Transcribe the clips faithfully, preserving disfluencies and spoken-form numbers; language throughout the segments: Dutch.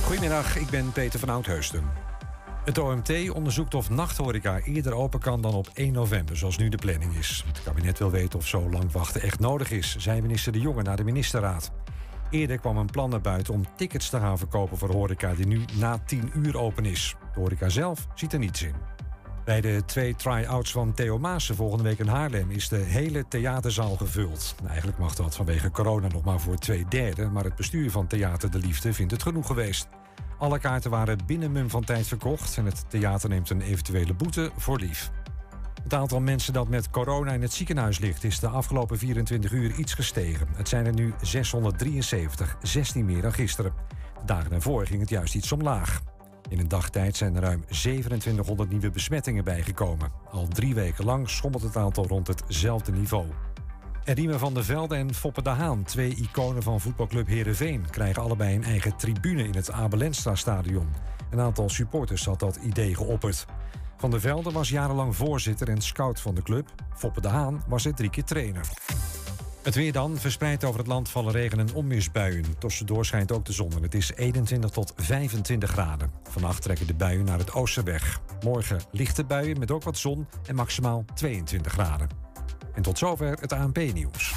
Goedemiddag, ik ben Peter van Oudheusden. Het O M T onderzoekt of nachthoreca eerder open kan dan op één november, zoals nu de planning is. Het kabinet wil weten of zo lang wachten echt nodig is, zei minister De Jonge naar de ministerraad. Eerder kwam een plan naar buiten om tickets te gaan verkopen voor horeca die nu na tien uur open is. De horeca zelf ziet er niets in. Bij de twee try-outs van Theo Maassen volgende week in Haarlem is de hele theaterzaal gevuld. Eigenlijk mag dat vanwege corona nog maar voor twee derde, maar het bestuur van Theater de Liefde vindt het genoeg geweest. Alle kaarten waren binnen mum van tijd verkocht en het theater neemt een eventuele boete voor lief. Het aantal mensen dat met corona in het ziekenhuis ligt is de afgelopen vierentwintig uur iets gestegen. Het zijn er nu zeshonderddrieënzeventig, zestien meer dan gisteren. De dagen daarvoor ging het juist iets omlaag. In een dagtijd zijn er ruim zevenentwintighonderd nieuwe besmettingen bijgekomen. Al drie weken lang schommelt het aantal rond hetzelfde niveau. En Riemen van der Velde en Foppe de Haan, twee iconen van voetbalclub Heerenveen, krijgen allebei een eigen tribune in het Abel Enstra stadion. Een aantal supporters had dat idee geopperd. Van der Velde was jarenlang voorzitter en scout van de club. Foppe de Haan was er drie keer trainer. Het weer dan. Verspreid over het land vallen regen- en onweersbuien. Tussendoor schijnt ook de zon en het is eenentwintig tot vijfentwintig graden. Vannacht trekken de buien naar het oosten weg. Morgen lichte buien met ook wat zon en maximaal tweeëntwintig graden. En tot zover het A N P-nieuws.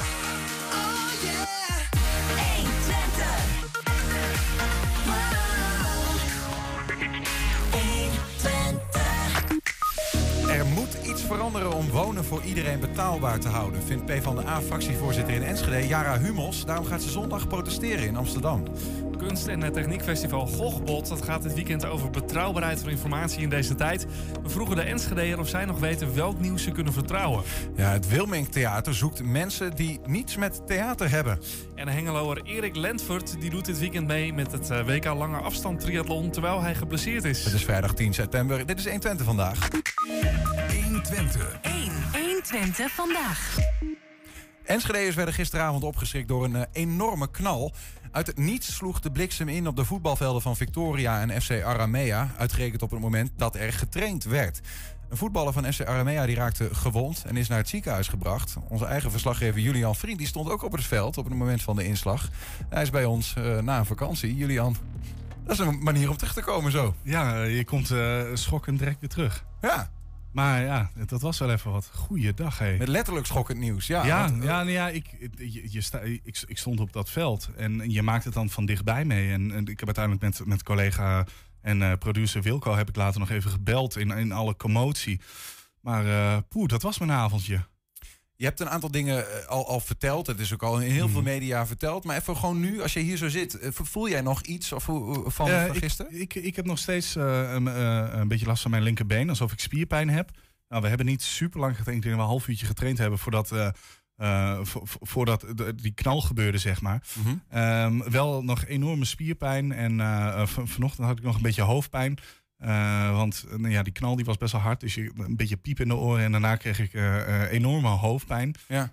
Er moet iets veranderen om wonen voor iedereen betaalbaar te houden, vindt PvdA-fractievoorzitter in Enschede, Jara Hummels. Daarom gaat ze zondag protesteren in Amsterdam. Kunst- en techniekfestival Gochbot, dat gaat dit weekend over betrouwbaarheid van informatie in deze tijd. We vroegen de Enschedeër of zij nog weten welk nieuws ze kunnen vertrouwen. Ja, het Wilmink Theater zoekt mensen die niets met theater hebben. En Hengeloer Erik Lentfort die doet dit weekend mee met het W K Lange Afstand Triathlon terwijl hij geblesseerd is. Het is vrijdag tien september. Dit is honderdtwintig vandaag. honderdtwintig. honderdtwintig vandaag. Enschedeërs werden gisteravond opgeschrikt door een uh, enorme knal. Uit het niets sloeg de bliksem in op de voetbalvelden van Victoria en F C Aramea. Uitgerekend op het moment dat er getraind werd. Een voetballer van F C Aramea die raakte gewond en is naar het ziekenhuis gebracht. Onze eigen verslaggever Julian Vriend die stond ook op het veld op het moment van de inslag. Hij is bij ons uh, na een vakantie. Julian, dat is een manier om terug te komen zo. Ja, je komt uh, schokkend direct weer terug. Ja. Maar ja, dat was wel even wat. Goeiedag, hé. Met letterlijk schokkend nieuws. Ja, ja, want, ja, nou ja ik, je, je sta, ik, ik stond op dat veld en je maakt het dan van dichtbij mee. En, en ik heb uiteindelijk met, met collega en uh, producer Wilco heb ik later nog even gebeld in, in alle commotie. Maar uh, poeh, dat was mijn avondje. Je hebt een aantal dingen al, al verteld. Het is ook al in heel mm. veel media verteld. Maar even gewoon nu, als je hier zo zit, voel jij nog iets of, van, van uh, gisteren? Ik, ik, ik heb nog steeds uh, een, uh, een beetje last van mijn linkerbeen. Alsof ik spierpijn heb. Nou, we hebben niet super lang getraind. Ik denk dat we een half uurtje getraind hebben voordat, uh, uh, vo, voordat de, die knal gebeurde, zeg maar. Mm-hmm. Um, wel nog enorme spierpijn. En uh, van, vanochtend had ik nog een beetje hoofdpijn. Uh, want uh, ja, die knal die was best wel hard. Dus je, een beetje piep in de oren. En daarna kreeg ik uh, uh, enorme hoofdpijn. Ja.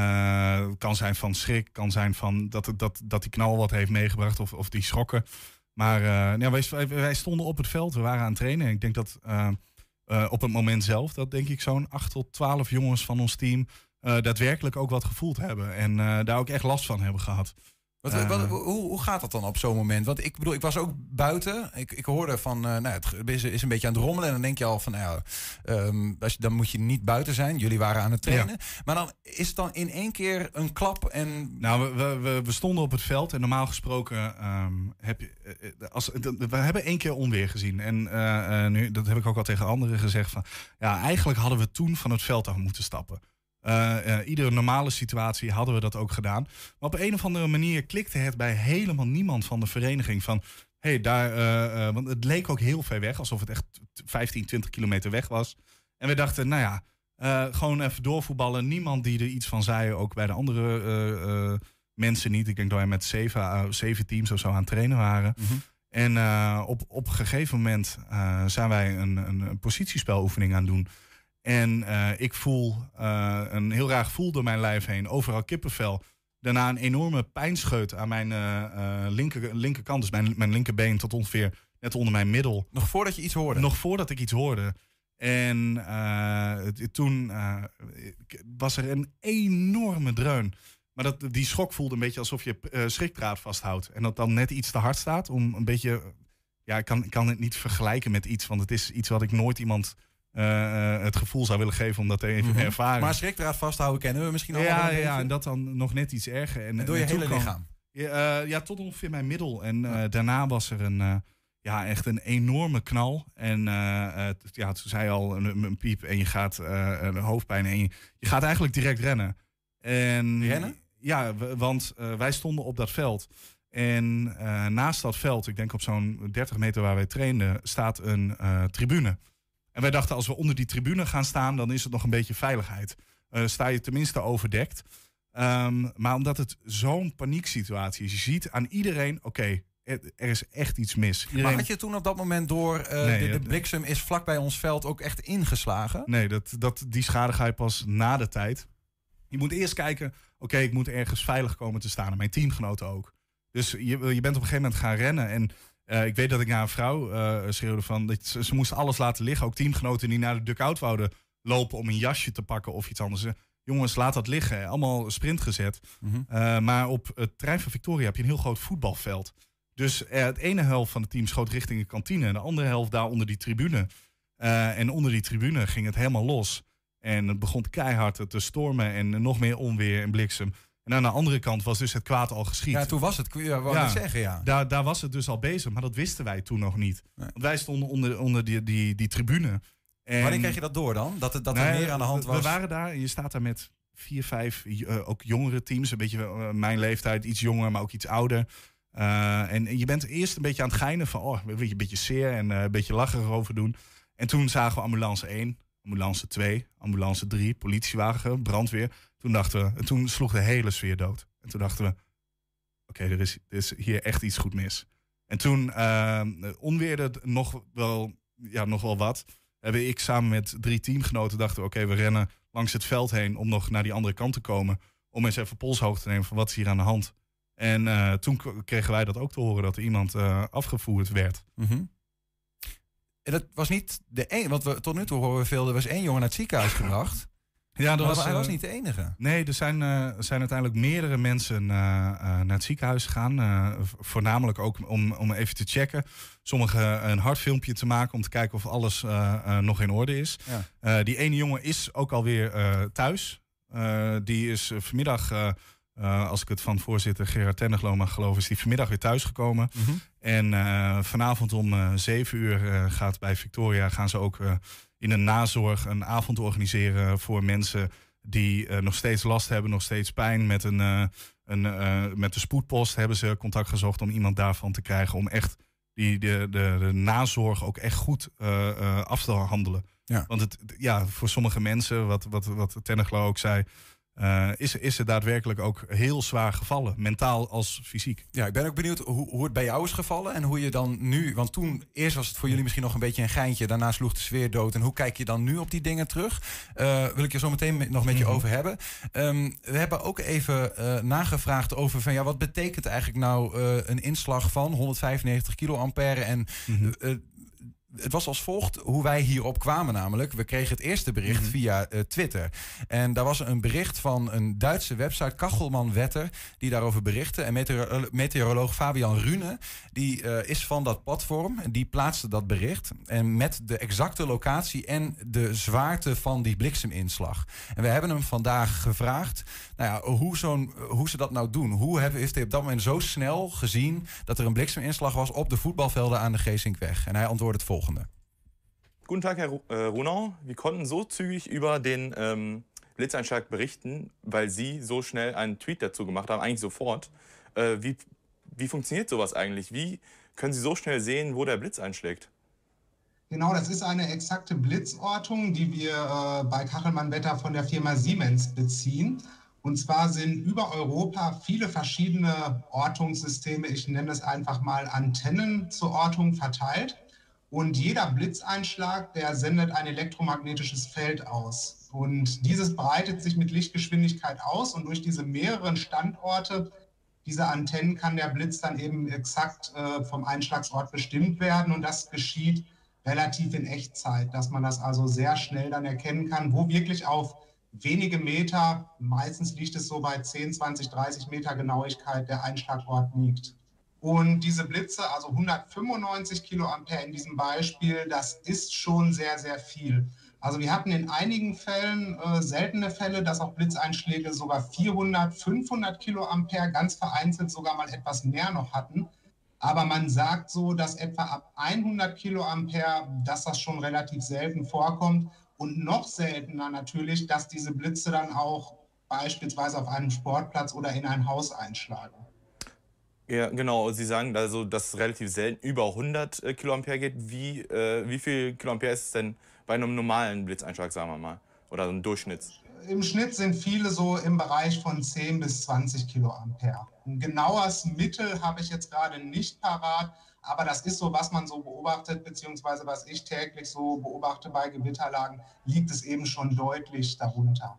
Uh, kan zijn van schrik. Kan zijn van dat, dat, dat die knal wat heeft meegebracht. Of, of die schrokken. Maar uh, ja, wij, wij stonden op het veld. We waren aan het trainen. En ik denk dat uh, uh, op het moment zelf... dat denk ik zo'n acht tot twaalf jongens van ons team... Uh, daadwerkelijk ook wat gevoeld hebben. En uh, daar ook echt last van hebben gehad. Wat, uh, wat, hoe, hoe gaat dat dan op zo'n moment? Want ik bedoel, ik was ook buiten. Ik, ik hoorde van, uh, nou, het is, is een beetje aan het rommelen. En dan denk je al van, nou ja, um, als je, dan moet je niet buiten zijn. Jullie waren aan het trainen. Ja. Maar dan is het dan in één keer een klap en... Nou, we, we, we stonden op het veld. En normaal gesproken um, heb je... Als, we hebben één keer onweer gezien. En uh, uh, nu, dat heb ik ook al tegen anderen gezegd. Van, ja, eigenlijk hadden we toen van het veld af moeten stappen. Uh, uh, iedere normale situatie hadden we dat ook gedaan. Maar op een of andere manier klikte het bij helemaal niemand van de vereniging. Van, hey, daar, uh, uh, want het leek ook heel ver weg. Alsof het echt vijftien, twintig kilometer weg was. En we dachten, nou ja, uh, gewoon even doorvoetballen. Niemand die er iets van zei. Ook bij de andere uh, uh, mensen niet. Ik denk dat wij met zeven, uh, zeven teams of zo aan het trainen waren. Mm-hmm. En uh, op, op een gegeven moment uh, zijn wij een, een, een positiespeloefening aan het doen. En uh, ik voel uh, een heel raar gevoel door mijn lijf heen. Overal kippenvel. Daarna een enorme pijnscheut aan mijn uh, uh, linker, linkerkant. Dus mijn, mijn linkerbeen tot ongeveer net onder mijn middel. Nog voordat je iets hoorde? Nog voordat ik iets hoorde. En uh, toen uh, was er een enorme dreun. Maar dat, die schok voelde een beetje alsof je uh, schrikdraad vasthoudt. En dat dan net iets te hard staat om een beetje... Ja, ik kan, ik kan het niet vergelijken met iets. Want het is iets wat ik nooit iemand uh, het gevoel zou willen geven om dat te even mm-hmm. ervaren. Maar schrikdraad vasthouden kennen we misschien al. Ja, een ja, en dat dan nog net iets erger. En, en door je en hele kwam, lichaam? Ja, uh, ja, tot ongeveer mijn middel. En uh, daarna was er een... Uh, Ja, echt een enorme knal. En uh, uh, ja, toen zei je al een, een piep en je gaat uh, een hoofdpijn en je, je gaat eigenlijk direct rennen. En, rennen? Ja, w- want uh, wij stonden op dat veld. En uh, naast dat veld, ik denk op zo'n dertig meter waar wij trainden, staat een uh, tribune. En wij dachten, als we onder die tribune gaan staan, dan is het nog een beetje veiligheid. Uh, sta je tenminste overdekt. Um, maar omdat het zo'n panieksituatie is, je ziet aan iedereen, oké, okay, er is echt iets mis. Iedereen... Maar had je toen op dat moment door, uh, nee, de, de bliksem is vlak bij ons veld ook echt ingeslagen? Nee, dat, dat, die schade ga je pas na de tijd. Je moet eerst kijken, oké, okay, ik moet ergens veilig komen te staan. En mijn teamgenoten ook. Dus je, je bent op een gegeven moment gaan rennen. En uh, ik weet dat ik naar een vrouw uh, schreeuwde van... Dat ze, ze moesten alles laten liggen. Ook teamgenoten die naar de dugout wouden lopen om een jasje te pakken of iets anders. Jongens, laat dat liggen. Allemaal sprint gezet. Mm-hmm. Uh, maar op het terrein van Victoria heb je een heel groot voetbalveld. Dus uh, het ene helft van het team schoot richting de kantine. En de andere helft daar onder die tribune. Uh, en onder die tribune ging het helemaal los. En het begon keihard te stormen en nog meer onweer en bliksem. En aan de andere kant was dus het kwaad al geschied. Ja, toen was het, ja, wou ja, ik zeggen, ja. Daar, daar was het dus al bezig, maar dat wisten wij toen nog niet. Nee. Want wij stonden onder, onder die, die, die tribune. En wanneer kreeg je dat door dan? Dat, het, dat er nee, meer aan de hand was? We waren daar en je staat daar met vier, vijf uh, ook jongere teams. Een beetje uh, mijn leeftijd, iets jonger, maar ook iets ouder. Uh, en, en je bent eerst een beetje aan het geinen van... oh, een beetje zeer en uh, een beetje lachen erover doen. En toen zagen we ambulance één, ambulance twee, ambulance drie, politiewagen, brandweer. Toen dachten we, en toen sloeg de hele sfeer dood. En toen dachten we, oké, okay, er, is, er is hier echt iets goed mis. En toen uh, onweerde het nog wel, ja, nog wel wat. Hebben ik samen met drie teamgenoten dachten we, oké, okay, we rennen langs het veld heen om nog naar die andere kant te komen. Om eens even polshoog te nemen van wat is hier aan de hand. En uh, toen k- kregen wij dat ook te horen dat er iemand uh, afgevoerd werd. Mm-hmm. En dat was niet de enige, want we, tot nu toe horen we veel, er was één jongen naar het ziekenhuis gebracht. Ja, dat was, hij was uh, niet de enige. Nee, er zijn, uh, zijn uiteindelijk meerdere mensen uh, uh, naar het ziekenhuis gegaan. Uh, voornamelijk ook om, om even te checken. Sommigen een hartfilmpje te maken om te kijken of alles uh, uh, nog in orde is. Ja. Uh, die ene jongen is ook alweer uh, thuis. Uh, die is uh, vanmiddag... Uh, Uh, als ik het van voorzitter Gerard Tenneglo mag geloven, is die vanmiddag weer thuisgekomen. Mm-hmm. En uh, vanavond om uh, zeven uur uh, gaat bij Victoria gaan ze ook uh, in een nazorg een avond organiseren voor mensen die uh, nog steeds last hebben, nog steeds pijn. Met, een, uh, een, uh, met de spoedpost hebben ze contact gezocht om iemand daarvan te krijgen. Om echt die, de, de, de nazorg ook echt goed uh, uh, af te handelen. Ja. Want het, ja, voor sommige mensen, wat, wat, wat Tenneglo ook zei... Uh, is, is het daadwerkelijk ook heel zwaar gevallen, mentaal als fysiek. Ja, ik ben ook benieuwd hoe, hoe het bij jou is gevallen en hoe je dan nu... Want toen, eerst was het voor jullie misschien nog een beetje een geintje... daarna sloeg de sfeer dood. En hoe kijk je dan nu op die dingen terug? Uh, wil ik je zo meteen met, nog met je mm-hmm. over hebben. Um, we hebben ook even uh, nagevraagd over... van ja, wat betekent eigenlijk nou uh, een inslag van honderdvijfennegentig kiloampère... en mm-hmm. uh, het was als volgt hoe wij hierop kwamen namelijk. We kregen het eerste bericht mm-hmm. via uh, Twitter. En daar was een bericht van een Duitse website, Kachelman Wetter... die daarover berichtte. En meteoro- meteoroloog Fabian Rune, die uh, is van dat platform. Die plaatste dat bericht. En met de exacte locatie en de zwaarte van die blikseminslag. En we hebben hem vandaag gevraagd... Nou ja, hoe, zo'n, hoe ze dat nou doen. Hoe hebben, heeft hij op dat moment zo snel gezien... dat er een blikseminslag was op de voetbalvelden aan de Geesinkweg? En hij antwoordde het volgende. Guten Tag, Herr Runau. Wir konnten so zügig über den ähm, Blitzeinschlag berichten, weil Sie so schnell einen Tweet dazu gemacht haben, eigentlich sofort. Äh, wie, wie funktioniert sowas eigentlich? Wie können Sie so schnell sehen, wo der Blitz einschlägt? Genau, das ist eine exakte Blitzortung, die wir äh, bei Kachelmann-Wetter von der Firma Siemens beziehen. Und zwar sind über Europa viele verschiedene Ortungssysteme, ich nenne es einfach mal Antennen zur Ortung verteilt. Und jeder Blitzeinschlag, der sendet ein elektromagnetisches Feld aus. Und dieses breitet sich mit Lichtgeschwindigkeit aus und durch diese mehreren Standorte, diese Antennen, kann der Blitz dann eben exakt äh, vom Einschlagsort bestimmt werden. Und das geschieht relativ in Echtzeit, dass man das also sehr schnell dann erkennen kann, wo wirklich auf wenige Meter, meistens liegt es so bei zehn, zwanzig, dreißig Meter Genauigkeit, der Einschlagort liegt. Und diese Blitze, also hundertfünfundneunzig Kiloampere in diesem Beispiel, das ist schon sehr, sehr viel. Also wir hatten in einigen Fällen äh, seltene Fälle, dass auch Blitzeinschläge sogar vierhundert, fünfhundert Kiloampere, ganz vereinzelt sogar mal etwas mehr noch hatten. Aber man sagt so, dass etwa ab hundert Kiloampere, dass das schon relativ selten vorkommt. Und noch seltener natürlich, dass diese Blitze dann auch beispielsweise auf einem Sportplatz oder in ein Haus einschlagen. Ja, genau. Sie sagen also, dass es relativ selten über hundert äh, Kiloampere geht. Wie, äh, wie viel Kiloampere ist es denn bei einem normalen Blitzeinschlag, sagen wir mal? Oder so ein Durchschnitt? Im Schnitt sind viele so im Bereich von zehn bis zwanzig Kiloampere. Ein genaues Mittel habe ich jetzt gerade nicht parat, aber das ist so, was man so beobachtet, beziehungsweise was ich täglich so beobachte bei Gewitterlagen, liegt es eben schon deutlich darunter.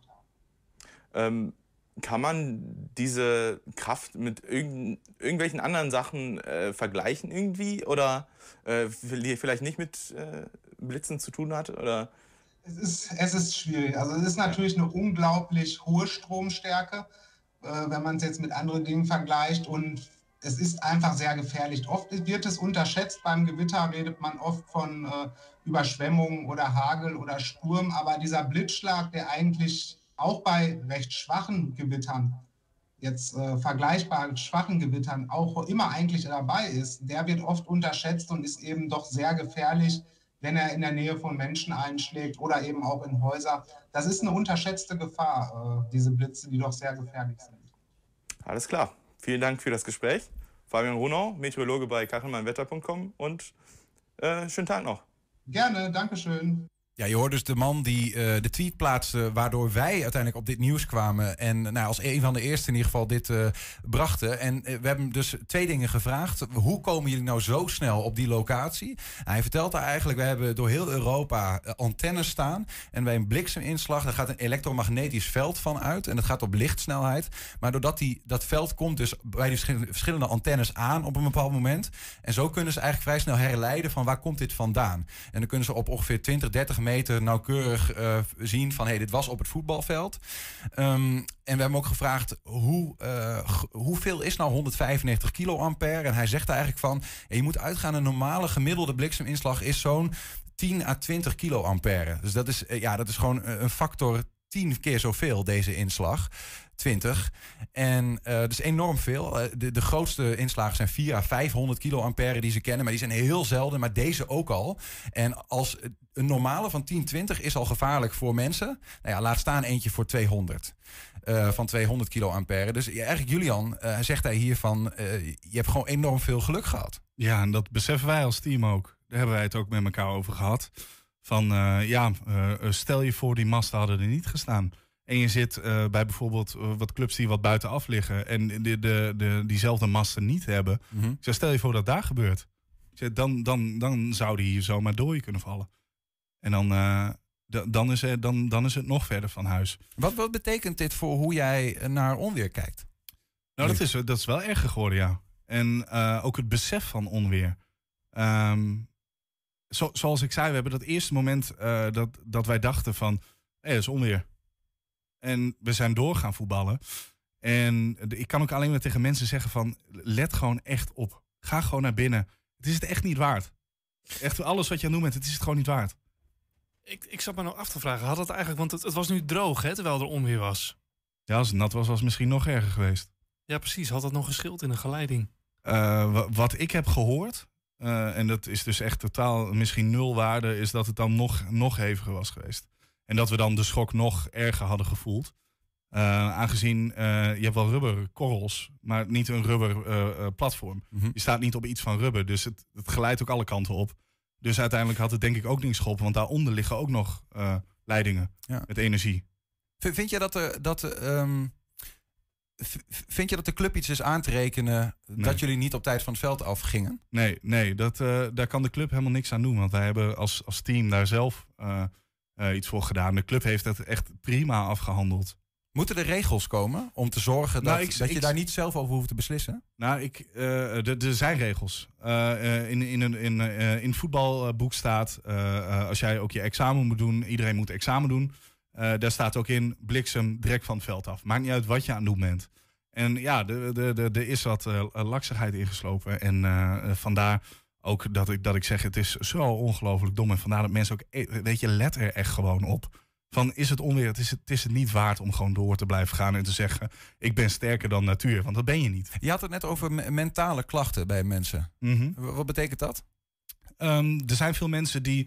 Ähm, kann man diese Kraft mit irgend, irgendwelchen anderen Sachen äh, vergleichen irgendwie? Oder äh, vielleicht nicht mit äh, Blitzen zu tun hat? Oder? Es ist, es ist schwierig. Also es ist natürlich eine unglaublich hohe Stromstärke, äh, wenn man es jetzt mit anderen Dingen vergleicht. Und es ist einfach sehr gefährlich. Oft wird es unterschätzt. Beim Gewitter redet man oft von äh, Überschwemmungen oder Hagel oder Sturm. Aber dieser Blitzschlag, der eigentlich auch bei recht schwachen Gewittern, jetzt äh, vergleichbar schwachen Gewittern, auch immer eigentlich dabei ist, der wird oft unterschätzt und ist eben doch sehr gefährlich, wenn er in der Nähe von Menschen einschlägt oder eben auch in Häuser. Das ist eine unterschätzte Gefahr, äh, diese Blitze, die doch sehr gefährlich sind. Alles klar. Vielen Dank für das Gespräch. Fabian Runau, Meteorologe bei kachelmannwetter punkt com und äh, schönen Tag noch. Gerne, dankeschön. Ja, je hoort dus de man die uh, de tweet plaatste waardoor wij uiteindelijk op dit nieuws kwamen. En nou, als een van de eerste in ieder geval dit uh, brachten. En uh, we hebben dus twee dingen gevraagd. Hoe komen jullie nou zo snel op die locatie? Hij vertelt daar eigenlijk, we hebben door heel Europa uh, antennes staan. En bij een blikseminslag, daar gaat een elektromagnetisch veld van uit. En dat gaat op lichtsnelheid. Maar doordat die, dat veld komt dus bij die verschillende antennes aan op een bepaald moment. En zo kunnen ze eigenlijk vrij snel herleiden van waar komt dit vandaan. En dan kunnen ze op ongeveer twintig, dertig meter nauwkeurig uh, zien van hey, dit was op het voetbalveld. Um, en we hebben ook gevraagd hoe, uh, g- hoeveel is nou honderdvijfennegentig kiloampere? En hij zegt eigenlijk van hey, je moet uitgaan, een normale gemiddelde blikseminslag is zo'n tien à twintig kiloampere. Dus dat is, uh, ja, dat is gewoon een factor tien keer zoveel, deze inslag. twintig. En uh, dat is enorm veel. Uh, de, de grootste inslagen zijn vier à vijfhonderd kiloampere die ze kennen. Maar die zijn heel zelden, maar deze ook al. En als een normale van tien, twintig is al gevaarlijk voor mensen. Nou ja, laat staan eentje voor tweehonderd. Uh, van tweehonderd kiloampere. Dus ja, eigenlijk Julian, uh, zegt hij hier van uh, je hebt gewoon enorm veel geluk gehad. Ja, en dat beseffen wij als team ook. Daar hebben wij het ook met elkaar over gehad. Van uh, ja, uh, stel je voor die masten hadden er niet gestaan. En je zit uh, bij bijvoorbeeld uh, wat clubs die wat buitenaf liggen en de, de, de, diezelfde masten niet hebben. Mm-hmm. Ik zeg, stel je voor dat daar gebeurt. Ik zeg, dan, dan, dan zou die hier zomaar door je kunnen vallen. En dan, uh, d- dan, is er, dan, dan is het nog verder van huis. Wat, wat betekent dit voor hoe jij naar onweer kijkt? Nou, dat is, dat is wel erger geworden, ja. En uh, ook het besef van onweer. Um, zo, zoals ik zei, we hebben dat eerste moment uh, dat, dat wij dachten van, hé, hey, dat is onweer. En we zijn door gaan voetballen. En ik kan ook alleen maar tegen mensen zeggen van, let gewoon echt op. Ga gewoon naar binnen. Het is het echt niet waard. Echt alles wat je aan het doen bent, het is het gewoon niet waard. Ik, ik zat me nog af te vragen, had het eigenlijk, want het, het was nu droog, hè, terwijl er onweer was. Ja, als het nat was, was het misschien nog erger geweest. Ja, precies. Had dat nog geschild in een geleiding? Uh, w- wat ik heb gehoord, uh, en dat is dus echt totaal misschien nul waarde, is dat het dan nog, nog heviger was geweest. En dat we dan de schok nog erger hadden gevoeld. Uh, aangezien uh, je hebt wel rubberkorrels, maar niet een rubber uh, uh, platform. Mm-hmm. Je staat niet op iets van rubber, dus het, het glijdt ook alle kanten op. Dus uiteindelijk had het denk ik ook niet geholpen, want daaronder liggen ook nog uh, leidingen ja. met energie. V- vind je dat de, dat de, um, v- vind je dat de club iets is aan te rekenen Nee. dat jullie niet op tijd van het veld afgingen? Nee, nee dat, uh, daar kan de club helemaal niks aan doen, want wij hebben als, als team daar zelf uh, uh, iets voor gedaan. De club heeft het echt prima afgehandeld. Moeten er regels komen om te zorgen Nou, dat, ik- dat je ik- daar niet zelf over hoeft te beslissen? Nou, ik, uh, er zijn regels. Uh, uh, in, in, een- in, uh, in het voetbalboek staat, uh, uh, als jij ook je examen moet doen, iedereen moet examen doen. Uh, daar staat ook in, bliksem direct van het veld af. Maakt niet uit wat je aan het doen bent. En ja, er is wat uh, laksigheid ingeslopen. En uh, vandaar ook dat ik, dat ik zeg, het is zo ongelooflijk dom. En vandaar dat mensen ook, weet je, let er echt gewoon op. Van, is het onweer, het is het, het is het niet waard om gewoon door te blijven gaan en te zeggen, ik ben sterker dan natuur. Want dat ben je niet. Je had het net over me- mentale klachten bij mensen. Mm-hmm. W- wat betekent dat? Um, er zijn veel mensen die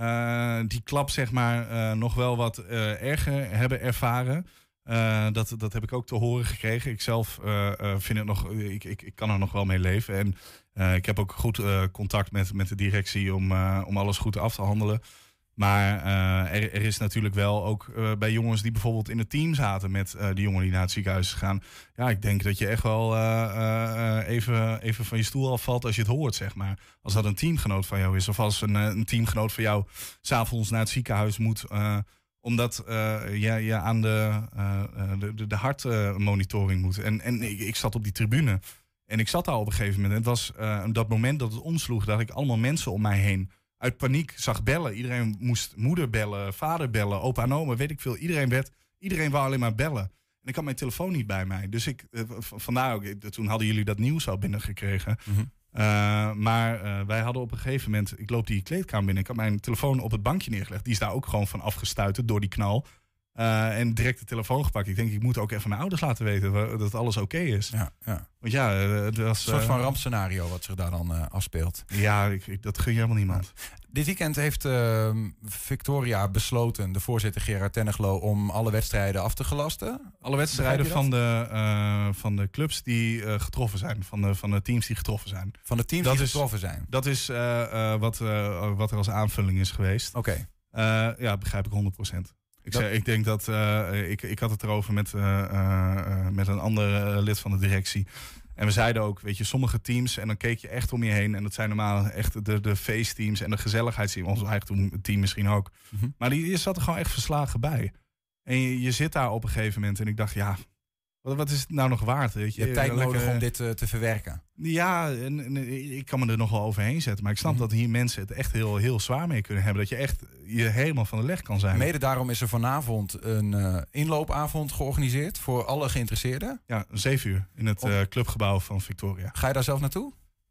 uh, die klap zeg maar uh, nog wel wat uh, erger hebben ervaren. Uh, dat, dat heb ik ook te horen gekregen. Ik zelf uh, uh, vind het nog, ik, ik, ik kan er nog wel mee leven. En uh, ik heb ook goed uh, contact met, met de directie om, uh, om alles goed af te handelen. Maar uh, er, er is natuurlijk wel ook uh, bij jongens die bijvoorbeeld in het team zaten met uh, die jongen die naar het ziekenhuis gaan. Ja, ik denk dat je echt wel uh, uh, even, even van je stoel afvalt als je het hoort, zeg maar. Als dat een teamgenoot van jou is. Of als een, een teamgenoot van jou 's avonds naar het ziekenhuis moet. Uh, omdat uh, je, je aan de, uh, de, de, de hartmonitoring moet. En, en ik, ik zat op die tribune. En ik zat daar op een gegeven moment. Het was uh, dat moment dat het omsloeg, dat ik allemaal mensen om mij heen uit paniek zag bellen. Iedereen moest moeder bellen, vader bellen, opa en oma, weet ik veel. Iedereen werd, iedereen wou alleen maar bellen. En ik had mijn telefoon niet bij mij. Dus ik, uh, vandaar ook, toen hadden jullie dat nieuws al binnengekregen. Mm-hmm. Uh, maar uh, wij hadden op een gegeven moment, ik loop die kleedkamer binnen, ik had mijn telefoon op het bankje neergelegd. Die is daar ook gewoon van afgestuiterd door die knal. Uh, en direct de telefoon gepakt. Ik denk, ik moet ook even mijn ouders laten weten dat alles oké okay is. Ja, ja. Want ja, het was een soort van uh, rampscenario wat zich daar dan uh, afspeelt. Ja, ik, ik, dat gun je helemaal niemand. Ja. Dit weekend heeft uh, Victoria besloten, de voorzitter Gerard Tenneglo, om alle wedstrijden af te gelasten. Alle wedstrijden van de, uh, van de clubs die uh, getroffen zijn. Van de, van de teams die getroffen zijn. Van de teams dat die is, getroffen zijn? Dat is uh, uh, wat, uh, wat er als aanvulling is geweest. Oké. Okay. Uh, ja, begrijp ik honderd procent. Ik, zei, ik denk dat, uh, ik, ik had het erover met, uh, uh, met een ander uh, lid van de directie. En we zeiden ook, weet je, sommige teams, en dan keek je echt om je heen. En dat zijn normaal echt de, de feestteams en de gezelligheidsteams. Ons eigen team misschien ook. Mm-hmm. Maar die, die zat er gewoon echt verslagen bij. En je, je zit daar op een gegeven moment en ik dacht, ja, wat, wat is het nou nog waard? Weet je, je hebt tijd lekker, nodig om dit uh, te verwerken. Ja, en, en, ik kan me er nog wel overheen zetten. Maar ik snap mm-hmm. dat hier mensen het echt heel, heel zwaar mee kunnen hebben. Dat je echt je helemaal van de leg kan zijn. Mede daarom is er vanavond een uh, inloopavond georganiseerd voor alle geïnteresseerden. Ja, zeven uur in het uh, clubgebouw van Victoria. Ga je daar zelf naartoe?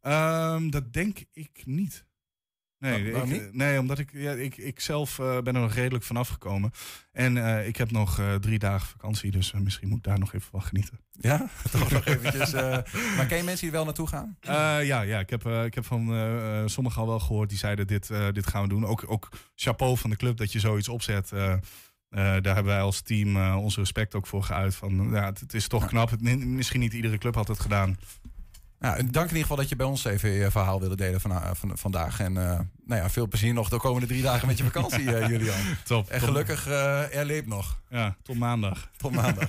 Um, dat denk ik niet. Nee, Waarom ik, niet? nee omdat ik, ja, ik, ik zelf uh, ben er nog redelijk vanaf gekomen. En uh, ik heb nog uh, drie dagen vakantie, dus uh, misschien moet ik daar nog even van genieten. Ja? Toch nog eventjes. Uh, maar ken je mensen die er wel naartoe gaan? Uh, ja, ja, ik heb, uh, ik heb van uh, sommigen al wel gehoord die zeiden dit, uh, dit gaan we doen. Ook, ook chapeau van de club dat je zoiets opzet. Uh, uh, daar hebben wij als team uh, onze respect ook voor geuit. Van, ja, het, het is toch ja. knap. Het, misschien niet iedere club had het gedaan. Ja, dank in ieder geval dat je bij ons even je verhaal wilde delen van, uh, van, vandaag. En uh, nou ja, veel plezier nog de komende drie dagen met je vakantie, uh, Julian. Top. En gelukkig uh, er leeft nog. Ja, tot maandag. Tot maandag.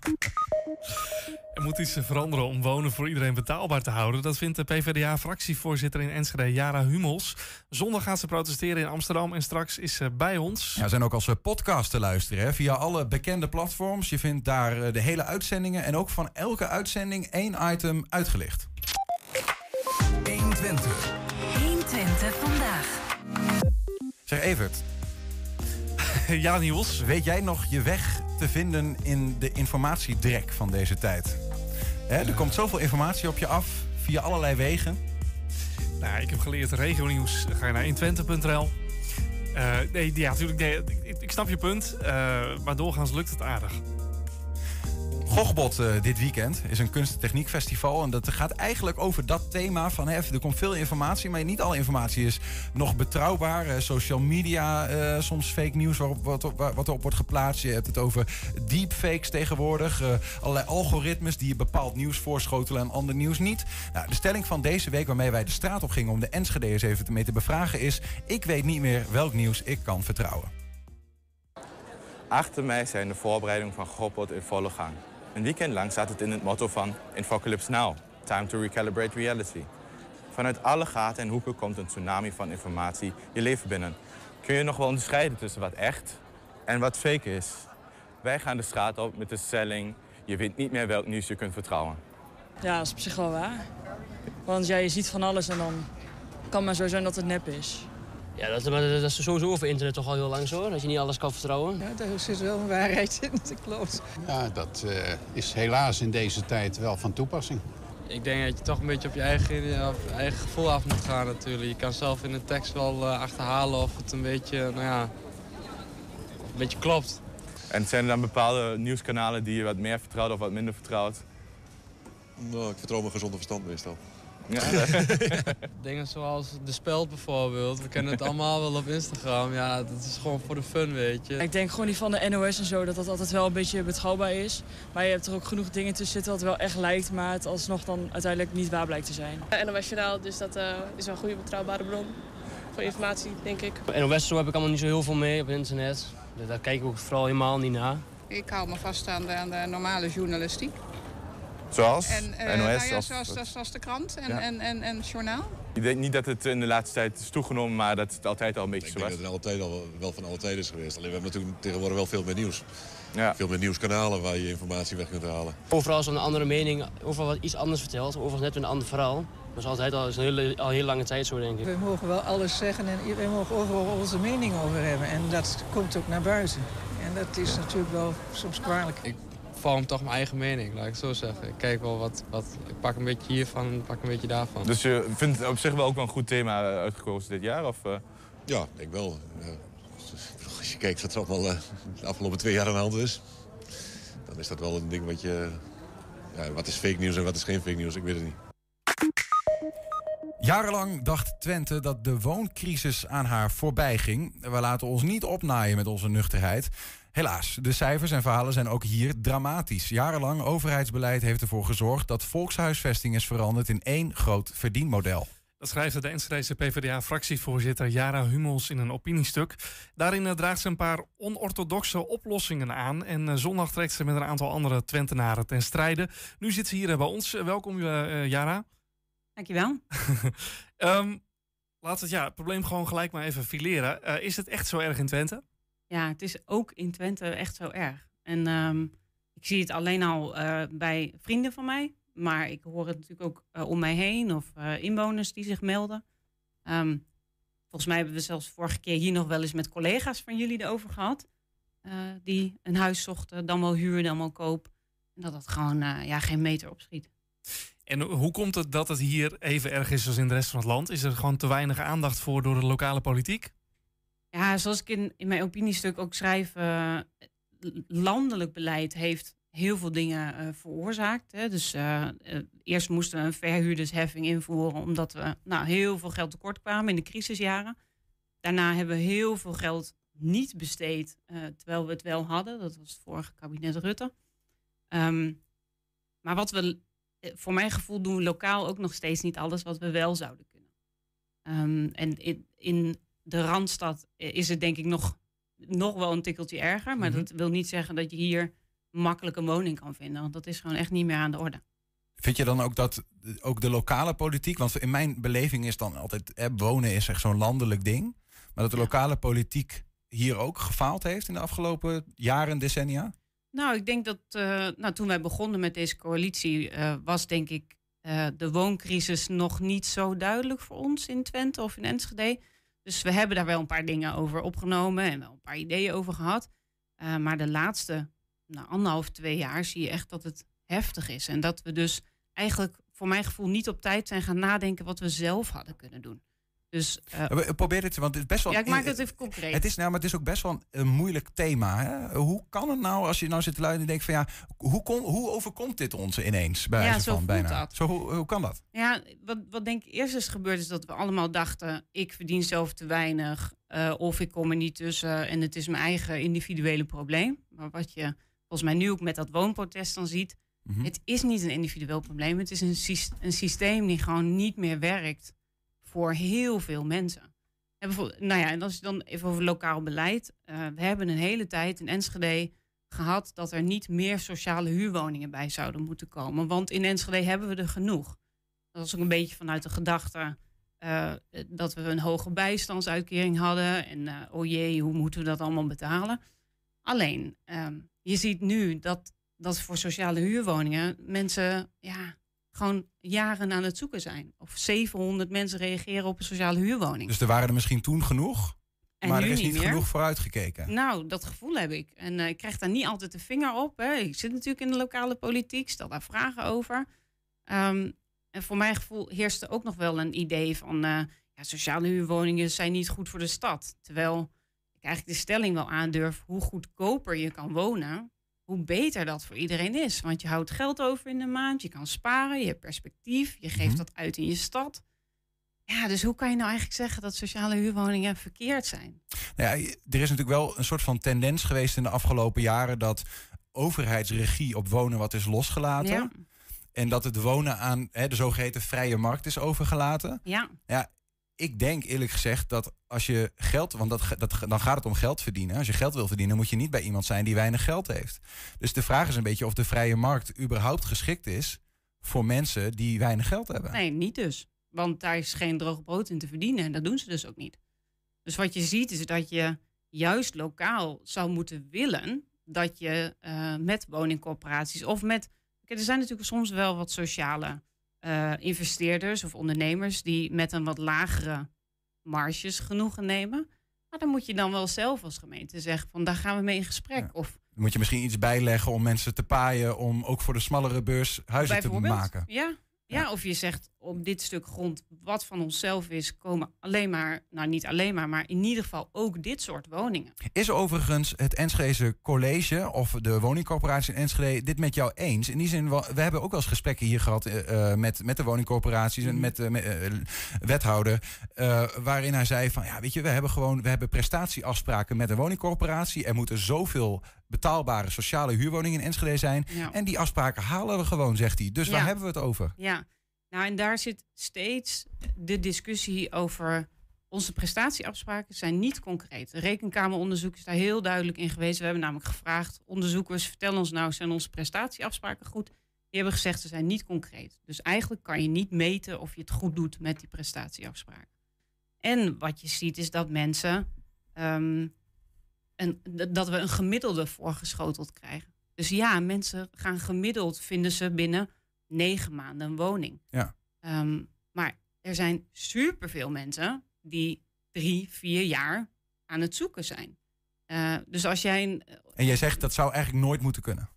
Er moet iets veranderen om wonen voor iedereen betaalbaar te houden. Dat vindt de PvdA-fractievoorzitter in Enschede, Jara Hummels. Zondag gaat ze protesteren in Amsterdam en straks is ze bij ons. Ja, we zijn ook als podcast te luisteren. Hè? Via alle bekende platforms. Je vindt daar de hele uitzendingen en ook van elke uitzending één item uitgelicht. honderdtwintig. honderdtwintig vandaag. Zeg Evert. Ja, Niels. Weet jij nog je weg te vinden in de informatiedrek van deze tijd? Hè, er komt zoveel informatie op je af via allerlei wegen. Nou, ik heb geleerd regionieuws. Ga je naar honderdtwintig punt n l. Uh, nee, ja, natuurlijk. Nee, ik, ik snap je punt. Uh, maar doorgaans lukt het aardig. Gochbot uh, dit weekend is een kunst- en techniekfestival. En dat gaat eigenlijk over dat thema van... Hè, er komt veel informatie, maar niet alle informatie is nog betrouwbaar. Uh, social media, uh, soms fake nieuws waarop, wat, wat erop wordt geplaatst. Je hebt het over deepfakes tegenwoordig. Uh, allerlei algoritmes die je bepaald nieuws voorschotelen en ander nieuws niet. Nou, de stelling van deze week waarmee wij de straat op gingen... om de Enschede'ers even mee te bevragen is... ik weet niet meer welk nieuws ik kan vertrouwen. Achter mij zijn de voorbereidingen van Gochbot in volle gang. Een weekend lang staat het in het motto van Infocalypse Now, time to recalibrate reality. Vanuit alle gaten en hoeken komt een tsunami van informatie je leven binnen. Kun je nog wel onderscheiden tussen wat echt en wat fake is? Wij gaan de straat op met de stelling, je weet niet meer welk nieuws je kunt vertrouwen. Ja, dat is op zich wel waar. Want ja, je ziet van alles en dan kan maar zo zijn dat het nep is. Ja, dat, maar dat is sowieso over internet toch al heel lang zo, dat je niet alles kan vertrouwen. Ja, daar zit wel een waarheid in, dat klopt. Ja, dat uh, is helaas in deze tijd wel van toepassing. Ik denk dat je toch een beetje op je eigen, op je eigen gevoel af moet gaan natuurlijk. Je kan zelf in de tekst wel uh, achterhalen of het een beetje, nou ja, een beetje klopt. En zijn er dan bepaalde nieuwskanalen die je wat meer vertrouwt of wat minder vertrouwt? Nou, ik vertrouw mijn gezonde verstand meestal. Ja. Dingen zoals De Speld bijvoorbeeld. We kennen het allemaal wel op Instagram. Ja, dat is gewoon voor de fun, weet je. Ik denk gewoon die van de N O S en zo, dat dat altijd wel een beetje betrouwbaar is. Maar je hebt er ook genoeg dingen tussen zitten wat wel echt lijkt, maar het alsnog dan uiteindelijk niet waar blijkt te zijn. N O S-journaal, dus dat uh, is wel een goede betrouwbare bron voor informatie, denk ik. N O S zo heb ik allemaal niet zo heel veel mee op internet. Daar kijk ik ook vooral helemaal niet naar. Ik hou me vast aan de, aan de normale journalistiek. Zoals? En, uh, N O S? Nou ja, of... zoals, zoals, zoals de krant en, ja. en, en, en het journaal. Ik denk niet dat het in de laatste tijd is toegenomen, maar dat het altijd al een beetje ik zo was. Ik denk dat het altijd al wel van alle tijden is geweest. Alleen we hebben natuurlijk tegenwoordig wel veel meer nieuws. Ja. Veel meer nieuwskanalen waar je informatie weg kunt halen. Overal is een andere mening, overal wat iets anders verteld, overal net weer een ander verhaal. Dat is altijd al, is een hele, al heel lange tijd zo, denk ik. We mogen wel alles zeggen en we mogen overal onze mening over hebben. En dat komt ook naar buiten. En dat is natuurlijk wel soms kwalijk. Ik vorm toch mijn eigen mening, laat ik het zo zeggen. Ik kijk wel wat, wat ik pak een beetje hiervan en pak een beetje daarvan. Dus je vindt het op zich wel ook wel een goed thema uitgekozen dit jaar? Of, uh... Ja, ik denk wel. Ja. Als je kijkt wat er allemaal uh, de afgelopen twee jaar aan de hand is, dan is dat wel een ding wat je... Ja, wat is fake nieuws en wat is geen fake nieuws, ik weet het niet. Jarenlang dacht Twente dat de wooncrisis aan haar voorbij ging. We laten ons niet opnaaien met onze nuchterheid. Helaas, de cijfers en verhalen zijn ook hier dramatisch. Jarenlang overheidsbeleid heeft ervoor gezorgd dat volkshuisvesting is veranderd in één groot verdienmodel. Dat schrijft de Enschedese PvdA-fractievoorzitter Jara Hummels in een opiniestuk. Daarin uh, draagt ze een paar onorthodoxe oplossingen aan. En uh, zondag trekt ze met een aantal andere Twentenaren ten strijde. Nu zit ze hier uh, bij ons. Uh, welkom, uh, Jara. Dankjewel. um, laten we het, ja, het probleem gewoon gelijk maar even fileren. Uh, is het echt zo erg in Twente? Ja, het is ook in Twente echt zo erg. En um, ik zie het alleen al uh, bij vrienden van mij. Maar ik hoor het natuurlijk ook uh, om mij heen of uh, inwoners die zich melden. Um, volgens mij hebben we zelfs vorige keer hier nog wel eens met collega's van jullie erover gehad. Uh, die een huis zochten, dan wel huur, dan wel koop. En dat het gewoon uh, ja, geen meter opschiet. En hoe komt het dat het hier even erg is als in de rest van het land? Is er gewoon te weinig aandacht voor door de lokale politiek? Ja, zoals ik in, in mijn opiniestuk ook schrijf, uh, landelijk beleid heeft heel veel dingen uh, veroorzaakt. Hè. Dus uh, uh, eerst moesten we een verhuurdersheffing invoeren omdat we nou, heel veel geld tekort kwamen in de crisisjaren. Daarna hebben we heel veel geld niet besteed, uh, terwijl we het wel hadden. Dat was het vorige kabinet Rutte. Um, maar wat we, voor mijn gevoel doen we lokaal ook nog steeds niet alles wat we wel zouden kunnen. Um, en in, in de Randstad is het denk ik nog, nog wel een tikkeltje erger. Maar mm-hmm. dat wil niet zeggen dat je hier makkelijk een woning kan vinden. Want dat is gewoon echt niet meer aan de orde. Vind je dan ook dat ook de lokale politiek... want in mijn beleving is dan altijd... Eh, wonen is echt zo'n landelijk ding. Maar dat de lokale politiek hier ook gefaald heeft in de afgelopen jaren, decennia? Nou, ik denk dat uh, nou, toen wij begonnen met deze coalitie... Uh, was denk ik uh, de wooncrisis nog niet zo duidelijk voor ons in Twente of in Enschede. Dus we hebben daar wel een paar dingen over opgenomen en wel een paar ideeën over gehad. Uh, maar de laatste nou, anderhalf, twee jaar zie je echt dat het heftig is. En dat we dus eigenlijk voor mijn gevoel niet op tijd zijn gaan nadenken wat we zelf hadden kunnen doen. Dus, uh, Probeer het, want het is best wel... Ja, ik maak het even concreet. Het is, nou, maar het is ook best wel een, een moeilijk thema. Hè? Hoe kan het nou, als je nou zit te luisteren en denkt van ja, hoe, kon, hoe overkomt dit ons ineens? Bij ja, zo van, bijna. Dat. Zo, hoe, hoe kan dat? Ja, wat, wat denk ik eerst is gebeurd is dat we allemaal dachten, ik verdien zelf te weinig uh, of ik kom er niet tussen en het is mijn eigen individuele probleem. Maar wat je volgens mij nu ook met dat woonprotest dan ziet, mm-hmm. het is niet een individueel probleem. Het is een, een systeem die gewoon niet meer werkt voor heel veel mensen. En nou ja, en als je dan even over lokaal beleid. Uh, we hebben een hele tijd in Enschede gehad dat er niet meer sociale huurwoningen bij zouden moeten komen. Want in Enschede hebben we er genoeg. Dat was ook een beetje vanuit de gedachte uh, dat we een hoge bijstandsuitkering hadden. En uh, oh jee, hoe moeten we dat allemaal betalen? Alleen, um, je ziet nu dat, dat voor sociale huurwoningen mensen ja, gewoon jaren aan het zoeken zijn. Of zevenhonderd mensen reageren op een sociale huurwoning. Dus er waren er misschien toen genoeg, En maar nu er is niet niet meer. genoeg vooruitgekeken. Nou, dat gevoel heb ik. En uh, ik krijg daar niet altijd de vinger op. Hè. Ik zit natuurlijk in de lokale politiek, stel daar vragen over. Um, en voor mijn gevoel heerst er ook nog wel een idee van... Uh, ja, sociale huurwoningen zijn niet goed voor de stad. Terwijl ik eigenlijk de stelling wel aandurf... hoe goedkoper je kan wonen, hoe beter dat voor iedereen is. Want je houdt geld over in de maand, je kan sparen, je hebt perspectief... je geeft Mm-hmm. dat uit in je stad. Ja, dus hoe kan je nou eigenlijk zeggen dat sociale huurwoningen verkeerd zijn? Nou ja, er is natuurlijk wel een soort van tendens geweest in de afgelopen jaren... dat overheidsregie op wonen wat is losgelaten. Ja. En dat het wonen aan hè, de zogeheten vrije markt is overgelaten. Ja. Ja, ik denk eerlijk gezegd dat als je geld... want dat, dat, dan gaat het om geld verdienen. Als je geld wil verdienen, moet je niet bij iemand zijn die weinig geld heeft. Dus de vraag is een beetje of de vrije markt überhaupt geschikt is... voor mensen die weinig geld hebben. Nee, niet dus. Want daar is geen droog brood in te verdienen. En dat doen ze dus ook niet. Dus wat je ziet is dat je juist lokaal zou moeten willen... dat je uh, met woningcorporaties of met... Kijk, er zijn natuurlijk soms wel wat sociale uh, investeerders of ondernemers... die met een wat lagere marges genoegen nemen. Maar dan moet je dan wel zelf als gemeente zeggen... van daar gaan we mee in gesprek. Ja. Of Dan moet je misschien iets bijleggen om mensen te paaien... om ook voor de smallere beurs huizen te maken. Ja, ja, of je zegt op dit stuk grond wat van onszelf is... komen alleen maar, nou niet alleen maar... maar in ieder geval ook dit soort woningen. Is overigens het Enschedese college of de woningcorporatie in Enschede dit met jou eens? In die zin, we hebben ook wel eens gesprekken hier gehad uh, met, met de woningcorporaties en met de uh, wethouder. Uh, waarin hij zei van, ja weet je, we hebben gewoon we hebben prestatieafspraken met de woningcorporatie. Er moeten zoveel betaalbare sociale huurwoningen in Enschede zijn. Ja. En die afspraken halen we gewoon, zegt hij. Dus Ja. waar hebben we het over? Ja, nou en daar zit steeds de discussie over... onze prestatieafspraken zijn niet concreet. De Rekenkameronderzoek is daar heel duidelijk in geweest. We hebben namelijk gevraagd, onderzoekers, vertel ons nou... zijn onze prestatieafspraken goed? Die hebben gezegd, ze zijn niet concreet. Dus eigenlijk kan je niet meten of je het goed doet met die prestatieafspraken. En wat je ziet is dat mensen... Um, een, dat we een gemiddelde voorgeschoteld krijgen. Dus ja, mensen gaan gemiddeld, vinden ze binnen negen maanden een woning. Ja. Um, maar er zijn superveel mensen die drie, vier jaar aan het zoeken zijn. Uh, dus als jij... Een, En jij zegt dat zou eigenlijk nooit moeten kunnen.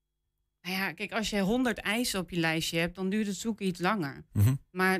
Nou ja, kijk, als je honderd eisen op je lijstje hebt, dan duurt het zoeken iets langer. Mm-hmm. Maar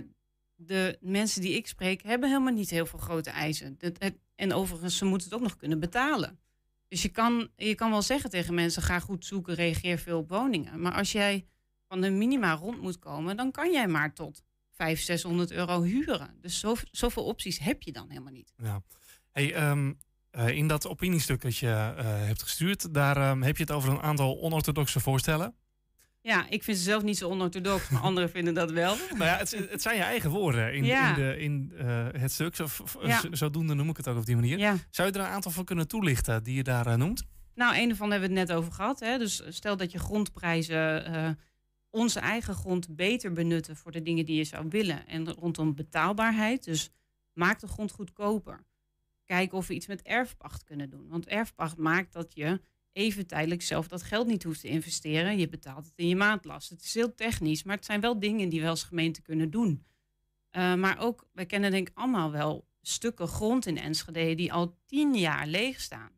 de mensen die ik spreek hebben helemaal niet heel veel grote eisen. Het, het, en overigens, ze moeten het ook nog kunnen betalen. Dus je kan, je kan wel zeggen tegen mensen, ga goed zoeken, reageer veel op woningen. Maar als jij van de minima rond moet komen, dan kan jij maar tot vijfhonderd, zeshonderd euro huren. Dus zo, zoveel opties heb je dan helemaal niet. Ja. Hey, um, uh, in dat opiniestuk dat je uh, hebt gestuurd, daar um, heb je het over een aantal onorthodoxe voorstellen. Ja, ik vind ze zelf niet zo onorthodox, maar anderen vinden dat wel. Nou ja, het, het zijn je eigen woorden in, ja. in, de, in uh, het stuk. Zo, ja. Zodoende noem ik het ook op die manier. Ja. Zou je er een aantal van kunnen toelichten die je daar uh, noemt? Nou, een ervan hebben we het net over gehad. Hè? Dus stel dat je grondprijzen, uh, onze eigen grond beter benutten voor de dingen die je zou willen. En rondom betaalbaarheid, dus maak de grond goedkoper. Kijk of we iets met erfpacht kunnen doen. Want erfpacht maakt dat je even tijdelijk zelf dat geld niet hoeft te investeren. Je betaalt het in je maandlast. Het is heel technisch, maar het zijn wel dingen die we als gemeente kunnen doen. Uh, maar ook, wij kennen denk ik allemaal wel stukken grond in Enschede die al tien jaar leeg staan.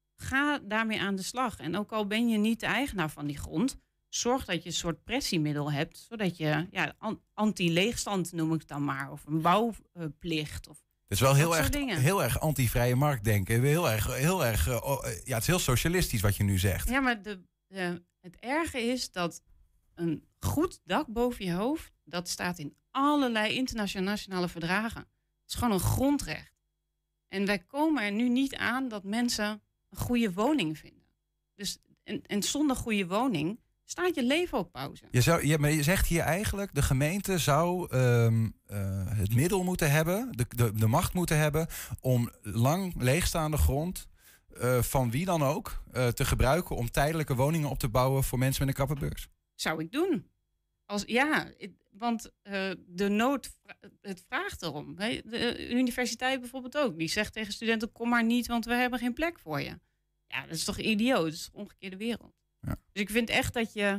Ga daarmee aan de slag. En ook al ben je niet de eigenaar van die grond, zorg dat je een soort pressiemiddel hebt, zodat je, ja, anti-leegstand noem ik het dan maar, of een bouwplicht. Of het is wel heel erg, dingen. heel erg anti-vrije markt denken. Heel erg, heel erg, uh, oh, ja, het is heel socialistisch wat je nu zegt. Ja, maar de, de, het erge is dat een goed dak boven je hoofd, dat staat in allerlei internationale verdragen. Het is gewoon een grondrecht. En wij komen er nu niet aan dat mensen een goede woning vinden. Dus, en, en zonder goede woning staat je leven op pauze. Je, zou, je, maar je zegt hier eigenlijk, de gemeente zou um, uh, het middel moeten hebben, de, de, de macht moeten hebben om lang leegstaande grond uh, van wie dan ook uh, te gebruiken om tijdelijke woningen op te bouwen voor mensen met een krappe beurs. Zou ik doen. Als, ja, het, want uh, de nood, het vraagt erom. Hè? De universiteit bijvoorbeeld ook. Die zegt tegen studenten, kom maar niet, want we hebben geen plek voor je. Ja, dat is toch idioot? Dat is de omgekeerde wereld. Ja. Dus ik vind echt dat je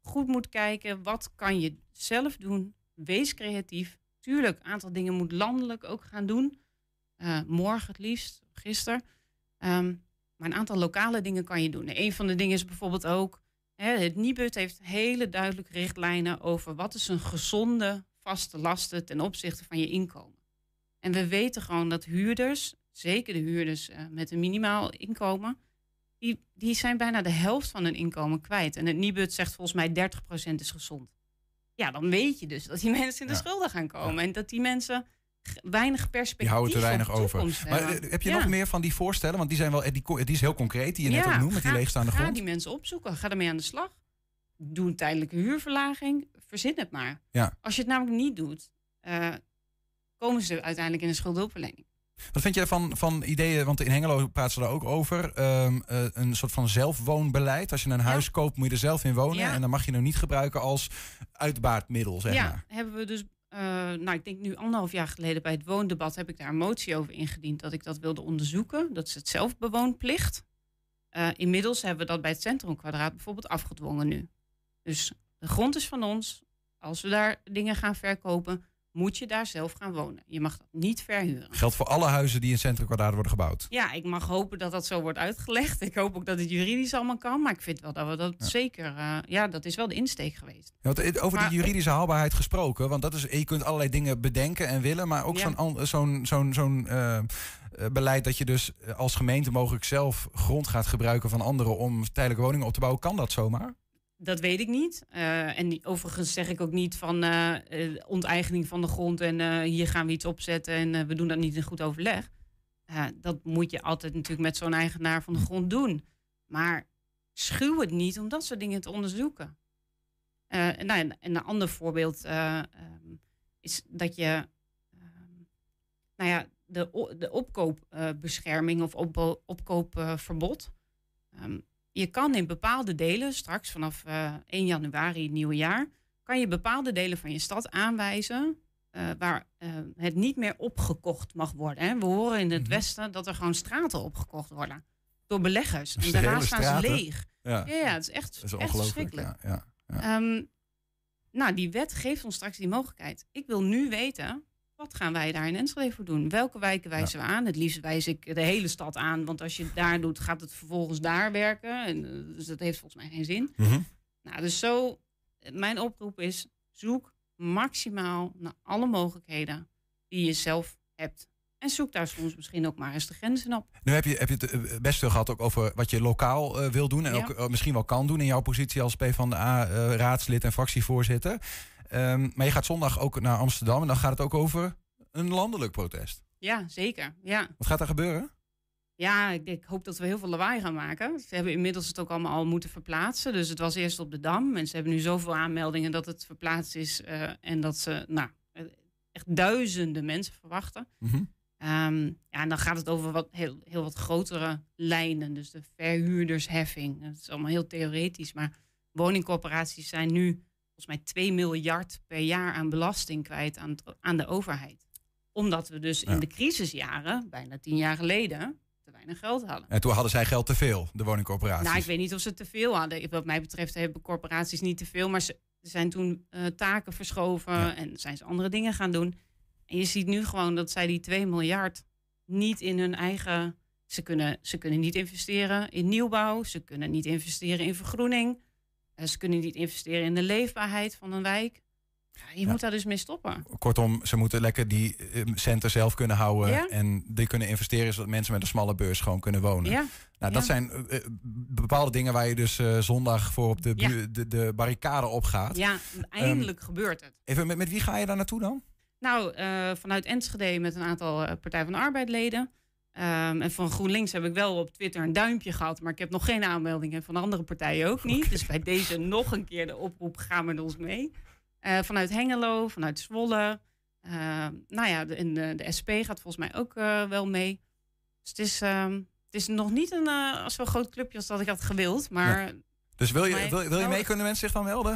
goed moet kijken, wat kan je zelf doen? Wees creatief. Tuurlijk, een aantal dingen moet landelijk ook gaan doen. Uh, morgen het liefst, gisteren. Um, maar een aantal lokale dingen kan je doen. Een van de dingen is bijvoorbeeld ook... Hè, het Nibud heeft hele duidelijke richtlijnen over... wat is een gezonde vaste lasten ten opzichte van je inkomen. En we weten gewoon dat huurders, zeker de huurders uh, met een minimaal inkomen... Die, die zijn bijna de helft van hun inkomen kwijt. En het Nibud zegt volgens mij dertig procent is gezond. Ja, dan weet je dus dat die mensen in de ja. schulden gaan komen. Ja. En dat die mensen weinig perspectief die houden te weinig over. Hebben. Maar uh, heb je ja. nog meer van die voorstellen? Want die zijn wel, die, die is heel concreet, die je ja, net ook noemt, met ga, die leegstaande ga grond. Ga die mensen opzoeken, ga ermee aan de slag. Doe een tijdelijke huurverlaging, verzin het maar. Ja. Als je het namelijk niet doet, uh, komen ze uiteindelijk in een schuldhulpverlening. Wat vind je van, van ideeën, want in Hengelo praten ze daar ook over, um, uh, een soort van zelfwoonbeleid. Als je een huis ja. koopt, moet je er zelf in wonen. Ja. En dan mag je nou niet gebruiken als uitbaatmiddel, zeg ja, maar. Ja, hebben we dus, uh, nou ik denk nu anderhalf jaar geleden bij het woondebat heb ik daar een motie over ingediend dat ik dat wilde onderzoeken. Dat is het zelfbewoonplicht. Uh, inmiddels hebben we dat bij het Centrumkwadraat bijvoorbeeld afgedwongen nu. Dus de grond is van ons. Als we daar dingen gaan verkopen, moet je daar zelf gaan wonen. Je mag dat niet verhuren. Geldt voor alle huizen die in Centrumkwadraat worden gebouwd? Ja, ik mag hopen dat dat zo wordt uitgelegd. Ik hoop ook dat het juridisch allemaal kan. Maar ik vind wel dat we dat ja. zeker... Uh, ja, dat is wel de insteek geweest. Ja, want over maar, de juridische haalbaarheid gesproken. Want dat is, je kunt allerlei dingen bedenken en willen. Maar ook ja. zo'n, zo'n, zo'n, zo'n uh, beleid dat je dus als gemeente mogelijk zelf grond gaat gebruiken van anderen om tijdelijke woningen op te bouwen. Kan dat zomaar? Dat weet ik niet. Uh, en overigens zeg ik ook niet van uh, uh, onteigening van de grond en uh, hier gaan we iets opzetten en uh, we doen dat niet in goed overleg. Uh, dat moet je altijd natuurlijk met zo'n eigenaar van de grond doen. Maar schuw het niet om dat soort dingen te onderzoeken. Uh, nou, en een ander voorbeeld uh, um, is dat je uh, nou ja, de, de opkoopbescherming uh, of op, opkoopverbod... Uh, um, Je kan in bepaalde delen, straks vanaf uh, één januari het nieuwe jaar... kan je bepaalde delen van je stad aanwijzen... Uh, waar uh, het niet meer opgekocht mag worden. Hè. We horen in het mm-hmm. Westen dat er gewoon straten opgekocht worden. Door beleggers. Dus en daarna staan straten? ze leeg. Ja. Ja, ja, het is echt, is echt verschrikkelijk. Ja, ja, ja. Um, nou, die wet geeft ons straks die mogelijkheid. Ik wil nu weten... Wat gaan wij daar in Enschede voor doen? Welke wijken wijzen ja. we aan? Het liefst wijs ik de hele stad aan. Want als je het daar doet, gaat het vervolgens daar werken. En, uh, dus dat heeft volgens mij geen zin. Mm-hmm. Nou, dus zo, mijn oproep is... zoek maximaal naar alle mogelijkheden die je zelf hebt. En zoek daar soms misschien ook maar eens de grenzen op. Nu heb je, heb je het best veel gehad ook over wat je lokaal uh, wil doen. En ja. ook uh, misschien wel kan doen in jouw positie als PvdA-raadslid uh, en fractievoorzitter. Um, maar je gaat zondag ook naar Amsterdam en dan gaat het ook over een landelijk protest. Ja, zeker. Ja. Wat gaat er gebeuren? Ja, ik, ik hoop dat we heel veel lawaai gaan maken. Ze hebben inmiddels het ook allemaal al moeten verplaatsen. Dus het was eerst op de Dam. En ze hebben nu zoveel aanmeldingen dat het verplaatst is. Uh, en dat ze nou, echt duizenden mensen verwachten. Mm-hmm. Um, ja, en dan gaat het over wat, heel, heel wat grotere lijnen. Dus de verhuurdersheffing. Dat is allemaal heel theoretisch. Maar woningcorporaties zijn nu... volgens mij twee miljard per jaar aan belasting kwijt aan, aan de overheid. Omdat we dus ja. in de crisisjaren, bijna tien jaar geleden, te weinig geld hadden. En toen hadden zij geld te veel, de woningcorporaties. Nou, ik weet niet of ze te veel hadden. Wat mij betreft hebben corporaties niet te veel. Maar ze zijn toen uh, taken verschoven ja. en zijn ze andere dingen gaan doen. En je ziet nu gewoon dat zij die twee miljard niet in hun eigen... Ze kunnen, ze kunnen niet investeren in nieuwbouw. Ze kunnen niet investeren in vergroening. Ze kunnen niet investeren in de leefbaarheid van een wijk. Ja, je ja. moet daar dus mee stoppen. Kortom, ze moeten lekker die uh, centen zelf kunnen houden. Ja. En die kunnen investeren zodat mensen met een smalle beurs gewoon kunnen wonen. Ja. Nou, dat ja. zijn uh, bepaalde dingen waar je dus uh, zondag voor op de, bu- ja. de, de barricade op gaat. Ja, eindelijk um, gebeurt het. Even, met, met wie ga je daar naartoe dan? Nou, uh, vanuit Enschede met een aantal uh, Partij van de Arbeid leden. Um, en van GroenLinks heb ik wel op Twitter een duimpje gehad. Maar ik heb nog geen aanmeldingen van andere partijen ook niet. Okay. Dus bij deze nog een keer de oproep, ga met ons mee. Uh, vanuit Hengelo, vanuit Zwolle. Uh, nou ja, de, de, de S P gaat volgens mij ook uh, wel mee. Dus het is, uh, het is nog niet een uh, zo'n groot clubje als dat ik had gewild. Maar ja. Dus wil je, wil, wil je mee? Kunnen mensen zich dan melden?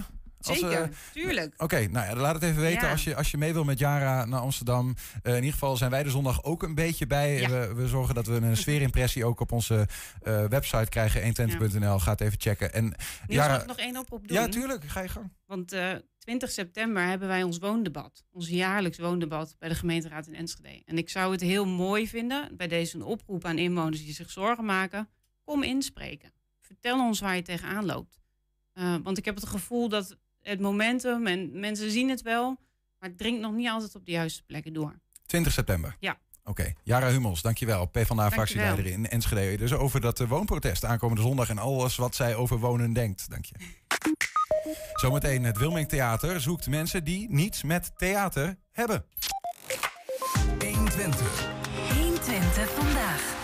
Als, Zeker, uh, tuurlijk. Oké, okay, nou ja, laat het even weten Ja. als, je, als je mee wil met Yara naar Amsterdam. Uh, in ieder geval zijn wij de zondag ook een beetje bij. Ja. We, we zorgen dat we een sfeerimpressie ook op onze uh, website krijgen. honderdtwintig punt n l, ga het even checken. En Niels, mag ik nog één oproep doen? Ja, tuurlijk, ga je gang. Want uh, twintig september hebben wij ons woondebat. Ons jaarlijks woondebat bij de gemeenteraad in Enschede. En ik zou het heel mooi vinden, bij deze een oproep aan inwoners die zich zorgen maken. Kom inspreken. Vertel ons waar je tegenaan loopt. Uh, want ik heb het gevoel dat het momentum, en mensen zien het wel, maar het dringt nog niet altijd op de juiste plekken door. twintig september? Ja. Oké, okay. Yara Hummels, dankjewel. PvdA-fractieleider in Enschede. Dus over dat uh, woonprotest aankomende zondag en alles wat zij over wonen denkt. Dank je. Zometeen het Wilming Theater zoekt mensen die niets met theater hebben. honderdtwintig. honderdtwintig vandaag.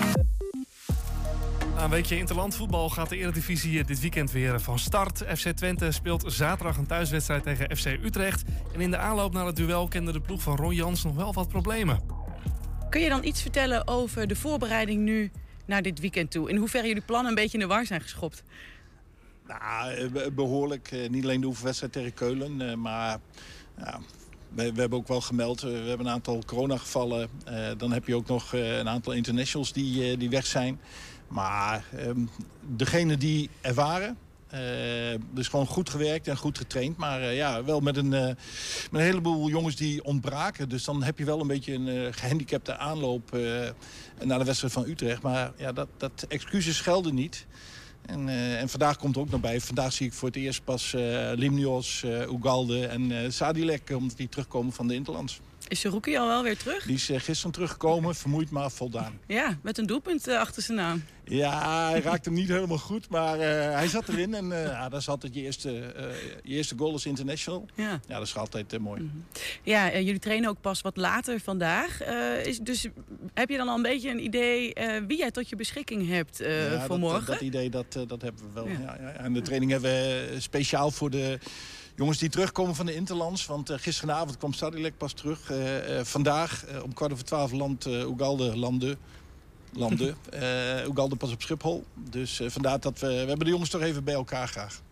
Na een weekje interlandvoetbal gaat de Eredivisie dit weekend weer van start. F C Twente speelt zaterdag een thuiswedstrijd tegen F C Utrecht. En in de aanloop naar het duel kende de ploeg van Ron Jans nog wel wat problemen. Kun je dan iets vertellen over de voorbereiding nu naar dit weekend toe? In hoeverre jullie plannen een beetje in de war zijn geschopt? Nou, behoorlijk. Niet alleen de oefenwedstrijd tegen Keulen, maar ja, we, we hebben ook wel gemeld. We hebben een aantal coronagevallen. Uh, dan heb je ook nog een aantal internationals die, die weg zijn. Maar um, degene die er waren, uh, dus gewoon goed gewerkt en goed getraind. Maar uh, ja, wel met een, uh, met een heleboel jongens die ontbraken. Dus dan heb je wel een beetje een uh, gehandicapte aanloop uh, naar de wedstrijd van Utrecht. Maar ja, dat, dat excuses gelden niet. En, uh, en vandaag komt er ook nog bij. Vandaag zie ik voor het eerst pas uh, Limnios, uh, Ugalde en uh, Sadilek, omdat die terugkomen van de Interlands. Is Seruki al wel weer terug? Die is uh, gisteren teruggekomen, vermoeid maar voldaan. Ja, met een doelpunt uh, achter zijn naam. Ja, hij raakte hem niet helemaal goed, maar uh, hij zat erin. En uh, ja, dat is altijd je eerste, uh, je eerste goal als international. Ja, ja dat is altijd uh, mooi. Mm-hmm. Ja, uh, jullie trainen ook pas wat later vandaag. Uh, is, dus heb je dan al een beetje een idee uh, wie jij tot je beschikking hebt uh, ja, voor dat, morgen? Dat idee dat, uh, dat hebben we wel. Ja. Ja, ja, en de training hebben we speciaal voor de jongens die terugkomen van de Interlands. Want uh, gisteravond kwam Sadilek pas terug. Uh, uh, vandaag uh, om kwart over twaalf landt uh, Ugalde landen. Landen. uh, Ugalde pas op Schiphol. Dus uh, vandaar dat we... We hebben de jongens toch even bij elkaar graag.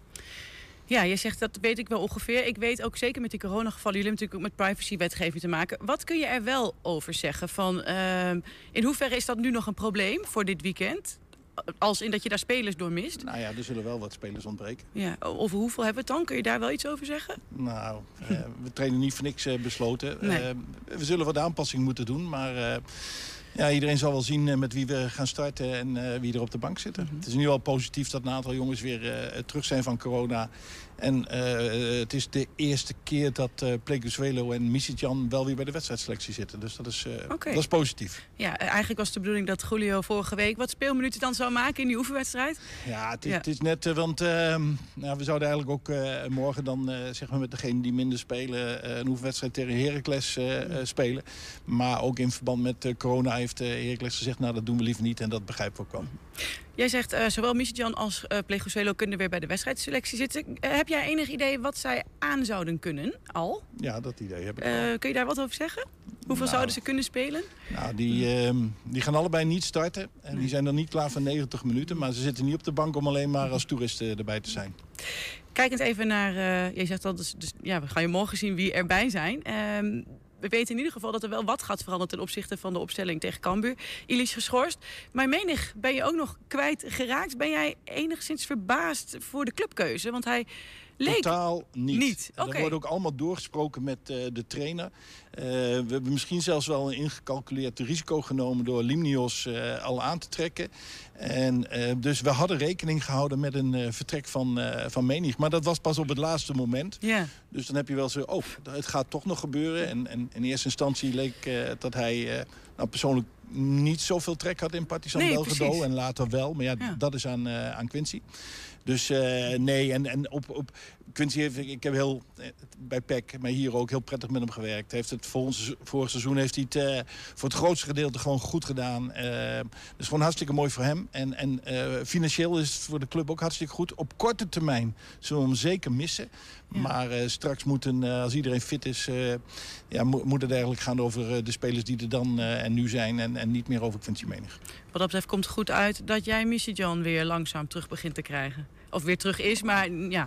Ja, je zegt dat weet ik wel ongeveer. Ik weet ook zeker met die coronagevallen, jullie hebben natuurlijk ook met privacywetgeving te maken. Wat kun je er wel over zeggen? Van, uh, in hoeverre is dat nu nog een probleem voor dit weekend? Als in dat je daar spelers door mist? Nou ja, er zullen wel wat spelers ontbreken. Ja, over hoeveel hebben we het dan? Kun je daar wel iets over zeggen? Nou, uh, we trainen niet voor niks uh, besloten. Nee. Uh, we zullen wat aanpassing moeten doen, maar... Uh, Ja, iedereen zal wel zien met wie we gaan starten en uh, wie er op de bank zitten. Mm-hmm. Het is nu al positief dat een aantal jongens weer uh, terug zijn van corona. En uh, het is de eerste keer dat uh, Pleguezuelo en Misitjan wel weer bij de wedstrijdselectie zitten. Dus dat is, uh, okay. dat is positief. Ja, eigenlijk was de bedoeling dat Julio vorige week wat speelminuten dan zou maken in die oefenwedstrijd. Ja, het is, ja. Het is net, uh, want uh, nou, we zouden eigenlijk ook uh, morgen dan uh, zeg maar met degene die minder spelen uh, een oefenwedstrijd tegen Heracles uh, uh, spelen. Maar ook in verband met uh, corona heeft uh, Heracles gezegd, nou dat doen we liever niet en dat begrijpen we ook wel. Jij zegt, uh, zowel Misitjan als uh, Pleguezuelo kunnen weer bij de wedstrijdselectie zitten. Uh, heb jij enig idee wat zij aan zouden kunnen, al? Ja, dat idee heb ik uh, al. Kun je daar wat over zeggen? Hoeveel nou, zouden ze kunnen spelen? Nou, die, uh, die gaan allebei niet starten. En nee. Die zijn dan niet klaar voor negentig minuten. Maar ze zitten niet op de bank om alleen maar als toeristen erbij te zijn. Kijkend even naar, uh, je zegt al, dus, dus, ja, we gaan je morgen zien wie erbij zijn. Uh, We weten in ieder geval dat er wel wat gaat veranderen ten opzichte van de opstelling tegen Cambuur. Ilis geschorst. Maar menig ben je ook nog kwijtgeraakt. Ben jij enigszins verbaasd voor de clubkeuze? Want hij leek... Totaal niet. niet. Okay. Er wordt ook allemaal doorgesproken met uh, de trainer. Uh, we hebben misschien zelfs wel een ingecalculeerd risico genomen door Limnios uh, al aan te trekken. En uh, dus we hadden rekening gehouden met een uh, vertrek van, uh, van Menig. Maar dat was pas op het laatste moment. Yeah. Dus dan heb je wel zo, oh, het gaat toch nog gebeuren. En, en in eerste instantie leek uh, dat hij uh, nou, persoonlijk niet zoveel trek had in Partizan nee, Belgrado. Precies. En later wel. Maar ja, ja. dat is aan, uh, aan Quincy. Dus uh, nee, en, en op, op Quincy heeft, ik heb heel, bij P E C, maar hier ook heel prettig met hem gewerkt. Heeft het voor ons, vorig seizoen heeft hij het uh, voor het grootste gedeelte gewoon goed gedaan. Uh, dus gewoon hartstikke mooi voor hem. En, en uh, financieel is het voor de club ook hartstikke goed. Op korte termijn zullen we hem zeker missen. Ja. Maar uh, straks moeten, uh, als iedereen fit is, uh, ja, mo- moet het eigenlijk gaan over uh, de spelers die er dan uh, en nu zijn. En, en niet meer over Quincy Menig. Wat dat betreft komt het goed uit dat jij Misitjan weer langzaam terug begint te krijgen. Of weer terug is, maar ja, nou...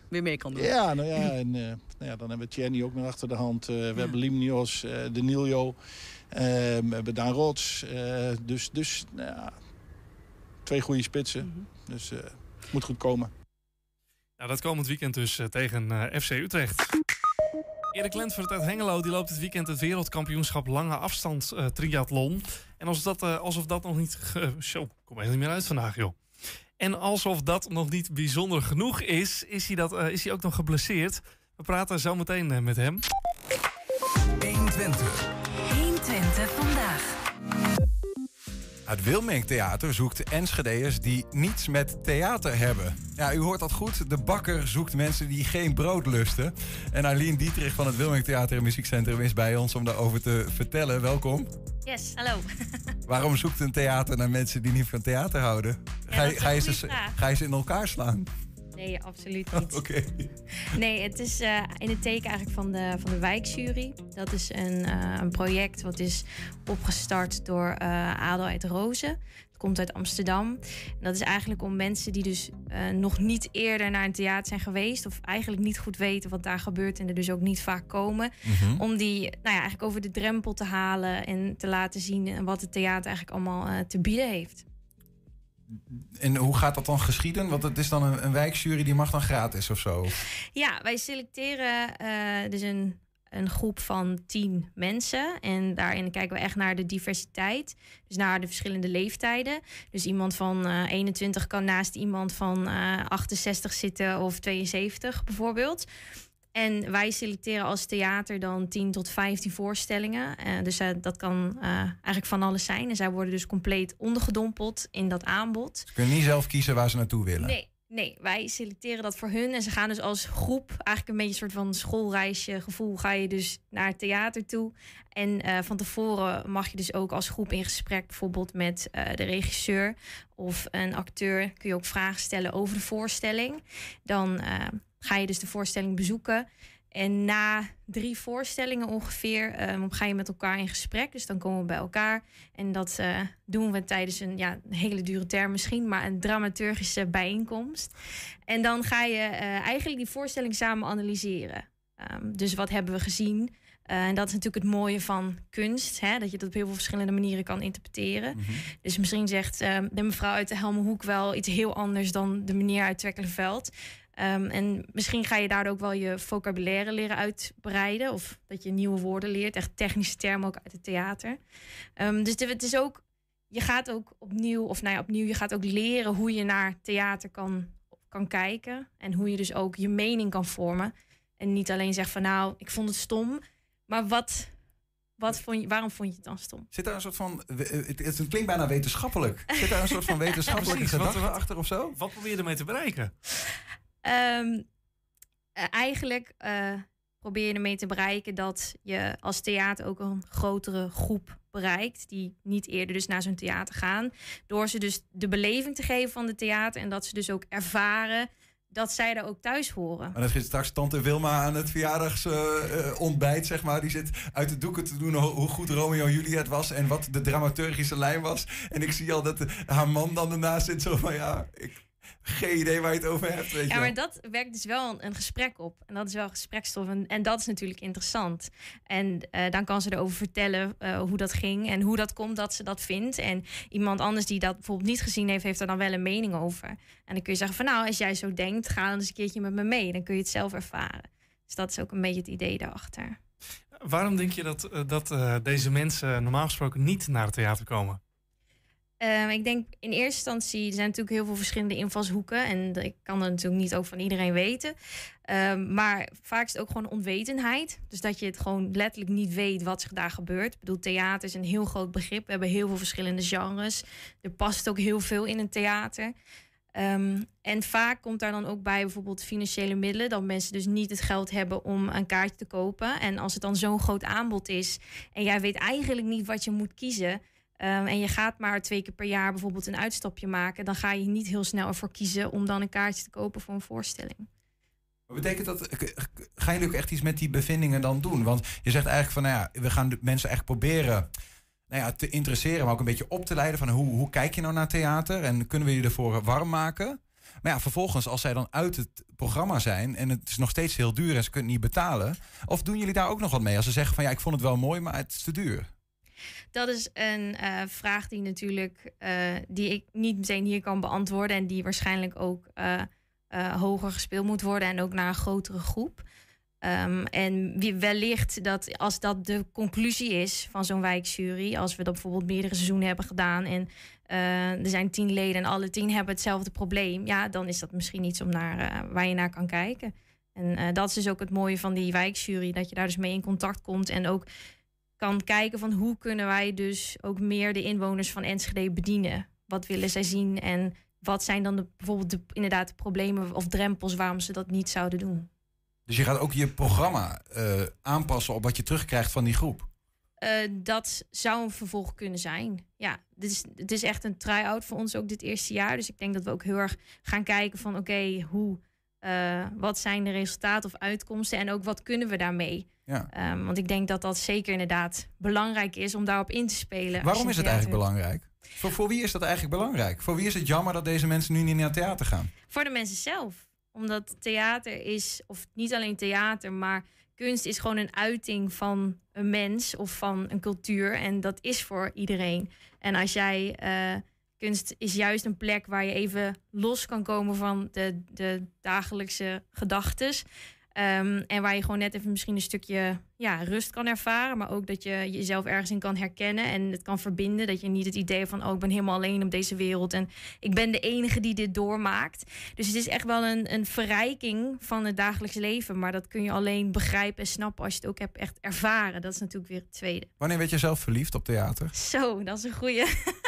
weer mee kan doen. Ja, nou ja, en uh, nou ja, dan hebben we Tjerni ook nog achter de hand. Uh, we ja. hebben Limnios, uh, De Nilio, uh, we hebben Daan Rots. Uh, dus dus nou ja, twee goede spitsen. Mm-hmm. Dus het uh, moet goed komen. Nou, dat komend weekend dus uh, tegen uh, F C Utrecht. Erik Lentvoort uit Hengelo die loopt dit weekend het wereldkampioenschap lange afstand uh, triathlon. En alsof dat, uh, alsof dat nog niet... Uh, zo, ik kom er niet meer uit vandaag, joh. En alsof dat nog niet bijzonder genoeg is, is hij, dat, uh, is hij ook nog geblesseerd. We praten zo meteen uh, met hem. honderdtwintig. honderdtwintig vandaag. Het Wilmink Theater zoekt Enschedeërs die niets met theater hebben. Ja, u hoort dat goed. De bakker zoekt mensen die geen brood lusten. En Arlien Dietrich van het Wilmink Theater en Muziekcentrum is bij ons om daarover te vertellen. Welkom. Yes, hallo. Waarom zoekt een theater naar mensen die niet van theater houden? Ja, ga, je, ga, je ze, ga je ze in elkaar slaan? Nee, absoluut niet. Oké. Okay. Nee, het is uh, in het teken eigenlijk van de, van de wijkjury. Dat is een, uh, een project wat is opgestart door uh, Adelheid Rozen. Het komt uit Amsterdam. En dat is eigenlijk om mensen die dus uh, nog niet eerder naar een theater zijn geweest, of eigenlijk niet goed weten wat daar gebeurt en er dus ook niet vaak komen, mm-hmm. om die nou ja, eigenlijk over de drempel te halen en te laten zien wat het theater eigenlijk allemaal uh, te bieden heeft. En hoe gaat dat dan geschieden? Want het is dan een, een wijkjury die mag dan gratis of zo? Ja, wij selecteren uh, dus een, een groep van tien mensen. En daarin kijken we echt naar de diversiteit. Dus naar de verschillende leeftijden. Dus iemand van uh, eenentwintig kan naast iemand van uh, achtenzestig zitten of tweeënzeventig bijvoorbeeld. En wij selecteren als theater dan tien tot vijftien voorstellingen. Uh, dus uh, dat kan uh, eigenlijk van alles zijn. En zij worden dus compleet ondergedompeld in dat aanbod. Ze kunnen niet zelf kiezen waar ze naartoe willen? Nee, nee, wij selecteren dat voor hun. En ze gaan dus als groep, eigenlijk een beetje een soort van schoolreisje gevoel, ga je dus naar het theater toe. En uh, van tevoren mag je dus ook als groep in gesprek bijvoorbeeld met uh, de regisseur of een acteur. Kun je ook vragen stellen over de voorstelling. Dan Uh, ga je dus de voorstelling bezoeken. En na drie voorstellingen ongeveer um, ga je met elkaar in gesprek. Dus dan komen we bij elkaar. En dat uh, doen we tijdens een, ja, een hele dure term misschien, maar een dramaturgische bijeenkomst. En dan ga je uh, eigenlijk die voorstelling samen analyseren. Um, dus wat hebben we gezien? Uh, en dat is natuurlijk het mooie van kunst. Hè? Dat je dat op heel veel verschillende manieren kan interpreteren. Mm-hmm. Dus misschien zegt uh, de mevrouw uit de Helmenhoek wel iets heel anders dan de meneer uit Twekkelenveld. Um, en misschien ga je daardoor ook wel je vocabulaire leren uitbreiden. Of dat je nieuwe woorden leert. Echt technische termen ook uit het theater. Um, dus het is ook, je gaat ook opnieuw, of nou ja, opnieuw, je gaat ook leren hoe je naar theater kan, kan kijken. En hoe je dus ook je mening kan vormen. En niet alleen zeggen van nou, ik vond het stom. Maar wat, wat vond je, waarom vond je het dan stom? Zit daar een soort van, het, het klinkt bijna wetenschappelijk. Zit daar een soort van wetenschappelijke ja, gedachte wat, achter of zo? Wat probeer je ermee te bereiken? Um, uh, eigenlijk uh, probeer je ermee te bereiken dat je als theater ook een grotere groep bereikt, die niet eerder dus naar zo'n theater gaan. Door ze dus de beleving te geven van het theater en dat ze dus ook ervaren dat zij daar ook thuis horen. En dan zit straks tante Wilma aan het verjaardagsontbijt, uh, zeg maar. Die zit uit de doeken te doen ho- hoe goed Romeo en Juliet was en wat de dramaturgische lijn was. En ik zie al dat de, haar man dan ernaast zit zo van ja, ik geen idee waar je het over hebt. Weet je ja, maar dat werkt dus wel een, een gesprek op. En dat is wel gesprekstof. En, en dat is natuurlijk interessant. En uh, dan kan ze erover vertellen uh, hoe dat ging. En hoe dat komt dat ze dat vindt. En iemand anders die dat bijvoorbeeld niet gezien heeft, heeft er dan wel een mening over. En dan kun je zeggen van nou, als jij zo denkt, ga dan eens een keertje met me mee. Dan kun je het zelf ervaren. Dus dat is ook een beetje het idee daarachter. Waarom denk je dat, uh, dat uh, deze mensen normaal gesproken niet naar het theater komen? Uh, ik denk in eerste instantie, er zijn natuurlijk heel veel verschillende invalshoeken. En ik kan dat natuurlijk niet ook van iedereen weten. Uh, maar vaak is het ook gewoon onwetendheid. Dus dat je het gewoon letterlijk niet weet wat zich daar gebeurt. Ik bedoel, theater is een heel groot begrip. We hebben heel veel verschillende genres. Er past ook heel veel in een theater. Um, en vaak komt daar dan ook bij bijvoorbeeld financiële middelen. Dat mensen dus niet het geld hebben om een kaartje te kopen. En als het dan zo'n groot aanbod is en jij weet eigenlijk niet wat je moet kiezen, Um, en je gaat maar twee keer per jaar bijvoorbeeld een uitstapje maken, dan ga je niet heel snel ervoor kiezen om dan een kaartje te kopen voor een voorstelling. Betekent dat, gaan jullie ook echt iets met die bevindingen dan doen? Want je zegt eigenlijk van, nou ja, we gaan de mensen eigenlijk proberen nou ja, te interesseren, maar ook een beetje op te leiden van hoe, hoe kijk je nou naar theater en kunnen we je ervoor warm maken? Maar ja, vervolgens als zij dan uit het programma zijn en het is nog steeds heel duur en ze kunnen het niet betalen. Of doen jullie daar ook nog wat mee als ze zeggen van ja, ik vond het wel mooi, maar het is te duur? Dat is een uh, vraag die natuurlijk uh, die ik niet meteen hier kan beantwoorden en die waarschijnlijk ook uh, uh, hoger gespeeld moet worden en ook naar een grotere groep. Um, en wie, wellicht dat als dat de conclusie is van zo'n wijkjury, als we dat bijvoorbeeld meerdere seizoenen hebben gedaan en uh, er zijn tien leden en alle tien hebben hetzelfde probleem, ja, dan is dat misschien iets om naar, uh, waar je naar kan kijken. En uh, dat is dus ook het mooie van die wijkjury, dat je daar dus mee in contact komt en ook kan kijken van hoe kunnen wij dus ook meer de inwoners van Enschede bedienen. Wat willen zij zien en wat zijn dan de, bijvoorbeeld de, inderdaad de problemen of drempels waarom ze dat niet zouden doen. Dus je gaat ook je programma uh, aanpassen op wat je terugkrijgt van die groep? Uh, dat zou een vervolg kunnen zijn. Ja, dit is, het is echt een try-out voor ons ook dit eerste jaar. Dus ik denk dat we ook heel erg gaan kijken van oké, okay, hoe, uh, wat zijn de resultaten of uitkomsten en ook wat kunnen we daarmee? Ja. Um, want ik denk dat dat zeker inderdaad belangrijk is om daarop in te spelen. Waarom is het eigenlijk belangrijk? Voor, voor wie is dat eigenlijk belangrijk? Voor wie is het jammer dat deze mensen nu niet naar het theater gaan? Voor de mensen zelf. Omdat theater is, of niet alleen theater, maar kunst is gewoon een uiting van een mens of van een cultuur. En dat is voor iedereen. En als jij, uh, kunst is juist een plek waar je even los kan komen van de, de dagelijkse gedachtes. Um, en waar je gewoon net even misschien een stukje ja, rust kan ervaren. Maar ook dat je jezelf ergens in kan herkennen en het kan verbinden. Dat je niet het idee van, oh, ik ben helemaal alleen op deze wereld. En ik ben de enige die dit doormaakt. Dus het is echt wel een, een verrijking van het dagelijks leven. Maar dat kun je alleen begrijpen en snappen als je het ook hebt echt ervaren. Dat is natuurlijk weer het tweede. Wanneer werd je zelf verliefd op theater? Zo, dat is een goeie.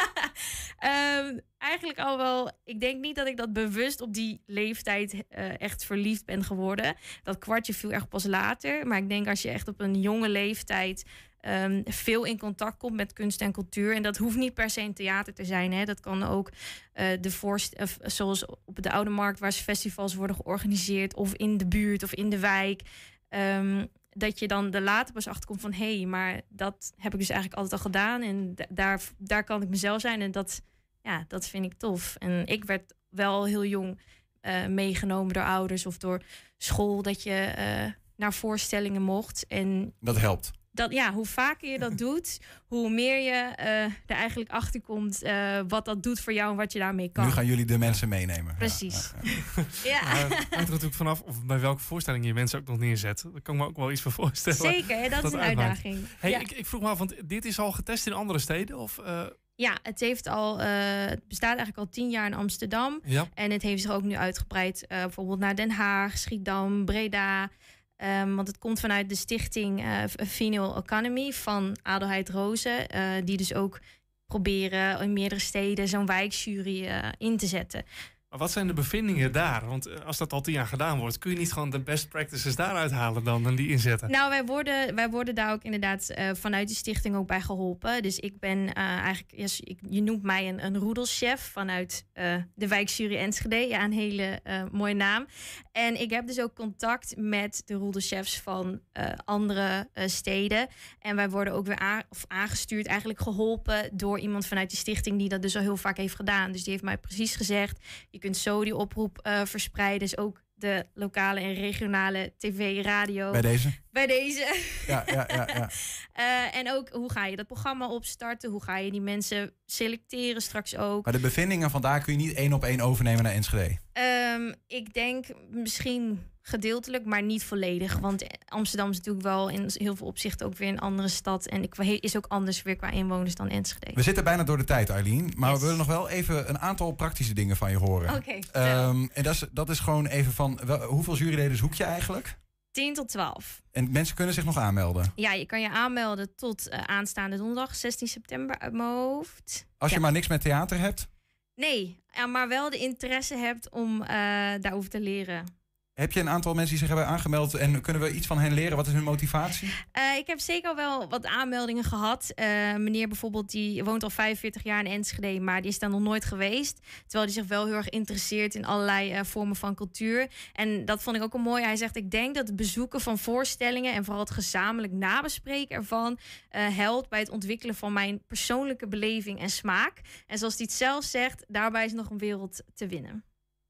um, eigenlijk al wel, ik denk niet dat ik dat bewust op die leeftijd uh, echt verliefd ben geworden. Dat kwartje viel echt pas later. Maar ik denk als je echt op een jonge leeftijd um, veel in contact komt met kunst en cultuur. En dat hoeft niet per se een theater te zijn. Hè. Dat kan ook uh, de voorst- uh, zoals op de Oude Markt, waar festivals worden georganiseerd, of in de buurt of in de wijk. Um, dat je dan er later pas achterkomt van hé, hey, maar dat heb ik dus eigenlijk altijd al gedaan. En d- daar, daar kan ik mezelf zijn. En dat, ja, dat vind ik tof. En ik werd wel heel jong uh, meegenomen door ouders of door school, dat je uh, naar voorstellingen mocht. En dat helpt. Dat, ja, hoe vaker je dat doet, hoe meer je uh, er eigenlijk achter komt uh, wat dat doet voor jou en wat je daarmee kan. Nu gaan jullie de mensen meenemen. Precies. Ja, ja. ja. Uh, hangt er natuurlijk vanaf of bij welke voorstelling je mensen ook nog neerzet. Daar kan ik me ook wel iets voor voorstellen. Zeker, hè, dat, dat is een uitmaakt. uitdaging. Hey, ja. ik, ik vroeg me af, want dit is al getest in andere steden? Of, uh... Ja, het, heeft al, uh, het bestaat eigenlijk al tien jaar in Amsterdam. Ja. En het heeft zich ook nu uitgebreid uh, bijvoorbeeld naar Den Haag, Schiedam, Breda. Um, want het komt vanuit de stichting uh, Female Economy van Adelheid Rozen. Uh, die dus ook proberen in meerdere steden zo'n wijkjury uh, in te zetten. Maar wat zijn de bevindingen daar? Want als dat al tien jaar gedaan wordt, kun je niet gewoon de best practices daaruit halen dan en die inzetten? Nou, wij worden, wij worden daar ook inderdaad uh, vanuit die stichting ook bij geholpen. Dus ik ben uh, eigenlijk, yes, ik, je noemt mij een, een roedelchef vanuit uh, de wijkjury Enschede. Ja, een hele uh, mooie naam. En ik heb dus ook contact met de roedelchefs van uh, andere uh, steden. En wij worden ook weer aan, of aangestuurd, eigenlijk geholpen door iemand vanuit die stichting die dat dus al heel vaak heeft gedaan. Dus die heeft mij precies gezegd, je kunt zo die oproep uh, verspreiden. Dus ook de lokale en regionale tv, radio. Bij deze? Bij deze. Ja, ja, ja. ja. uh, en ook, hoe ga je dat programma opstarten? Hoe ga je die mensen selecteren straks ook? Maar de bevindingen vandaar kun je niet één op één overnemen naar Enschede? Um, ik denk misschien gedeeltelijk, maar niet volledig. Want Amsterdam is natuurlijk wel in heel veel opzichten ook weer een andere stad. En ik is ook anders weer qua inwoners dan Enschede. We zitten bijna door de tijd, Eileen. Maar yes. we willen nog wel even een aantal praktische dingen van je horen. Oké. Okay, um, en dat is, dat is gewoon even van, wel, hoeveel juryleden zoek je eigenlijk? tien tot twaalf. En mensen kunnen zich nog aanmelden? Ja, je kan je aanmelden tot uh, aanstaande donderdag, zestien september uit mijn hoofd. Als je ja. maar niks met theater hebt? Nee, ja, maar wel de interesse hebt om uh, daarover te leren. Heb je een aantal mensen die zich hebben aangemeld en kunnen we iets van hen leren? Wat is hun motivatie? Uh, ik heb zeker wel wat aanmeldingen gehad. Uh, meneer bijvoorbeeld, die woont al vijfenveertig jaar in Enschede, maar die is daar nog nooit geweest. Terwijl hij zich wel heel erg interesseert in allerlei uh, vormen van cultuur. En dat vond ik ook een mooi. Hij zegt, ik denk dat het bezoeken van voorstellingen en vooral het gezamenlijk nabespreken ervan uh, helpt bij het ontwikkelen van mijn persoonlijke beleving en smaak. En zoals hij het zelf zegt, daarbij is nog een wereld te winnen.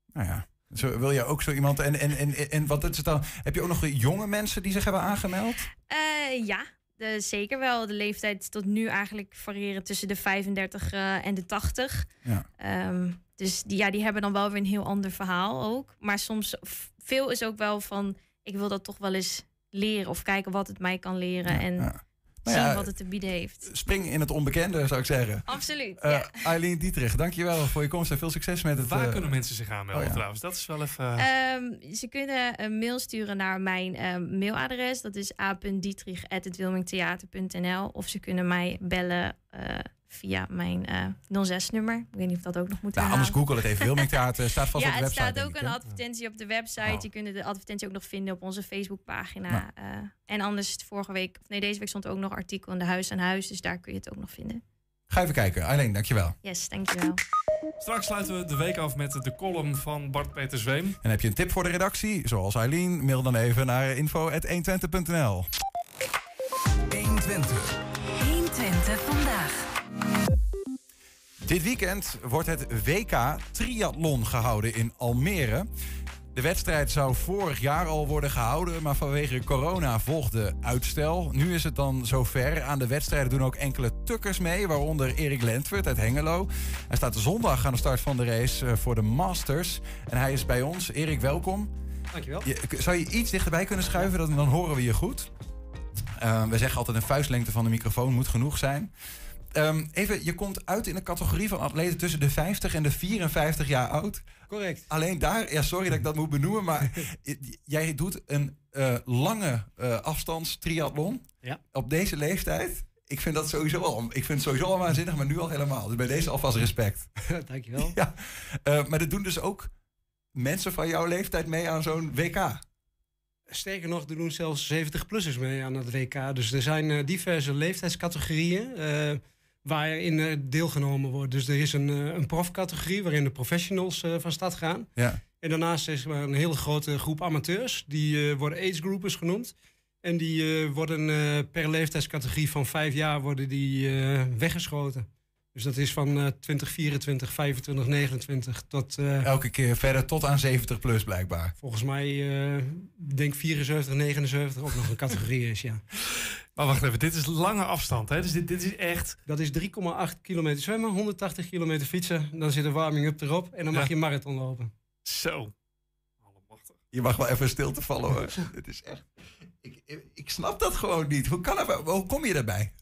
Nou ja. Zo, wil je ook zo iemand... En, en, en, en wat is het dan? Heb je ook nog jonge mensen die zich hebben aangemeld? Uh, ja, de, zeker wel. De leeftijd tot nu eigenlijk variëren tussen de vijfendertig uh, en de tachtig. Ja. Um, dus die, ja, die hebben dan wel weer een heel ander verhaal ook. Maar soms, veel is ook wel van... ik wil dat toch wel eens leren of kijken wat het mij kan leren. Ja, en ja. zien nou ja, wat het te bieden heeft. Spring in het onbekende, zou ik zeggen. Absoluut. Uh, ja. Eileen Dietrich, dankjewel voor je komst en veel succes met het... Waar uh, kunnen mensen zich aanmelden oh, ja. trouwens? Dat is wel even... Um, ze kunnen een mail sturen naar mijn uh, mailadres. Dat is a punt dietrich at het wilmingtheater punt n l. Of ze kunnen mij bellen... Uh, via mijn uh, nul zes nummer. Ik weet niet of dat ook nog moet nou, anders google het even. Wilmingtheater staat vast ja, op de website. Ja, het staat ook ik, een advertentie op de website. Oh. Je kunt de advertentie ook nog vinden op onze Facebookpagina. Nou. Uh, en anders vorige week, of nee, deze week stond ook nog een artikel in de Huis aan Huis. Dus daar kun je het ook nog vinden. Ga even kijken. Eileen, dankjewel. Yes, dankjewel. Straks sluiten we de week af met de column van Bart-Peter Zweem. En heb je een tip voor de redactie? Zoals Eileen, mail dan even naar info at honderdtwintig punt n l. honderdtwintig. honderdtwintig vandaag. Dit weekend wordt het W K Triathlon gehouden in Almere. De wedstrijd zou vorig jaar al worden gehouden, maar vanwege corona volgde uitstel. Nu is het dan zover. Aan de wedstrijden doen ook enkele tukkers mee, waaronder Erik Lentfert uit Hengelo. Hij staat zondag aan de start van de race voor de Masters. En hij is bij ons. Erik, welkom. Dankjewel. Je, zou je iets dichterbij kunnen schuiven, dan, dan horen we je goed. Uh, we zeggen altijd een vuistlengte van de microfoon moet genoeg zijn. Um, even, je komt uit in de categorie van atleten tussen de vijftig en de vierenvijftig jaar oud. Correct. Alleen daar, ja, sorry dat ik dat moet benoemen, maar jij doet een uh, lange uh, afstands triathlon ja. op deze leeftijd. Ik vind dat sowieso al, ik vind het sowieso al waanzinnig, maar nu al helemaal. Dus bij deze alvast respect. Dankjewel. Ja, uh, maar er doen dus ook mensen van jouw leeftijd mee aan zo'n W K. Sterker nog, er doen zelfs zeventig-plussers mee aan het W K. Dus er zijn uh, diverse leeftijdscategorieën uh, waarin uh, deelgenomen wordt. Dus er is een, uh, een profcategorie waarin de professionals uh, van start gaan. Ja. En daarnaast is er een hele grote groep amateurs. Die uh, worden age-groupers genoemd. En die uh, worden uh, per leeftijdscategorie van vijf jaar worden die uh, weggeschoten. Dus dat is van uh, twintig vierentwintig, vijfentwintig negenentwintig tot... Uh, Elke keer verder tot aan zeventig plus blijkbaar. Volgens mij, uh, denk vierenzeventig, negenenzeventig ook nog een categorie is, ja. Maar wacht even, dit is lange afstand, hè? Dus dit, dit is echt... Dat is drie komma acht kilometer zwemmen, honderdtachtig kilometer fietsen. Dan zit een warming-up erop en dan mag ja. je een marathon lopen. Zo. Je mag wel even stil te vallen, hoor. Het is echt... Ik, ik, ik snap dat gewoon niet. Hoe, kan het, hoe kom je erbij?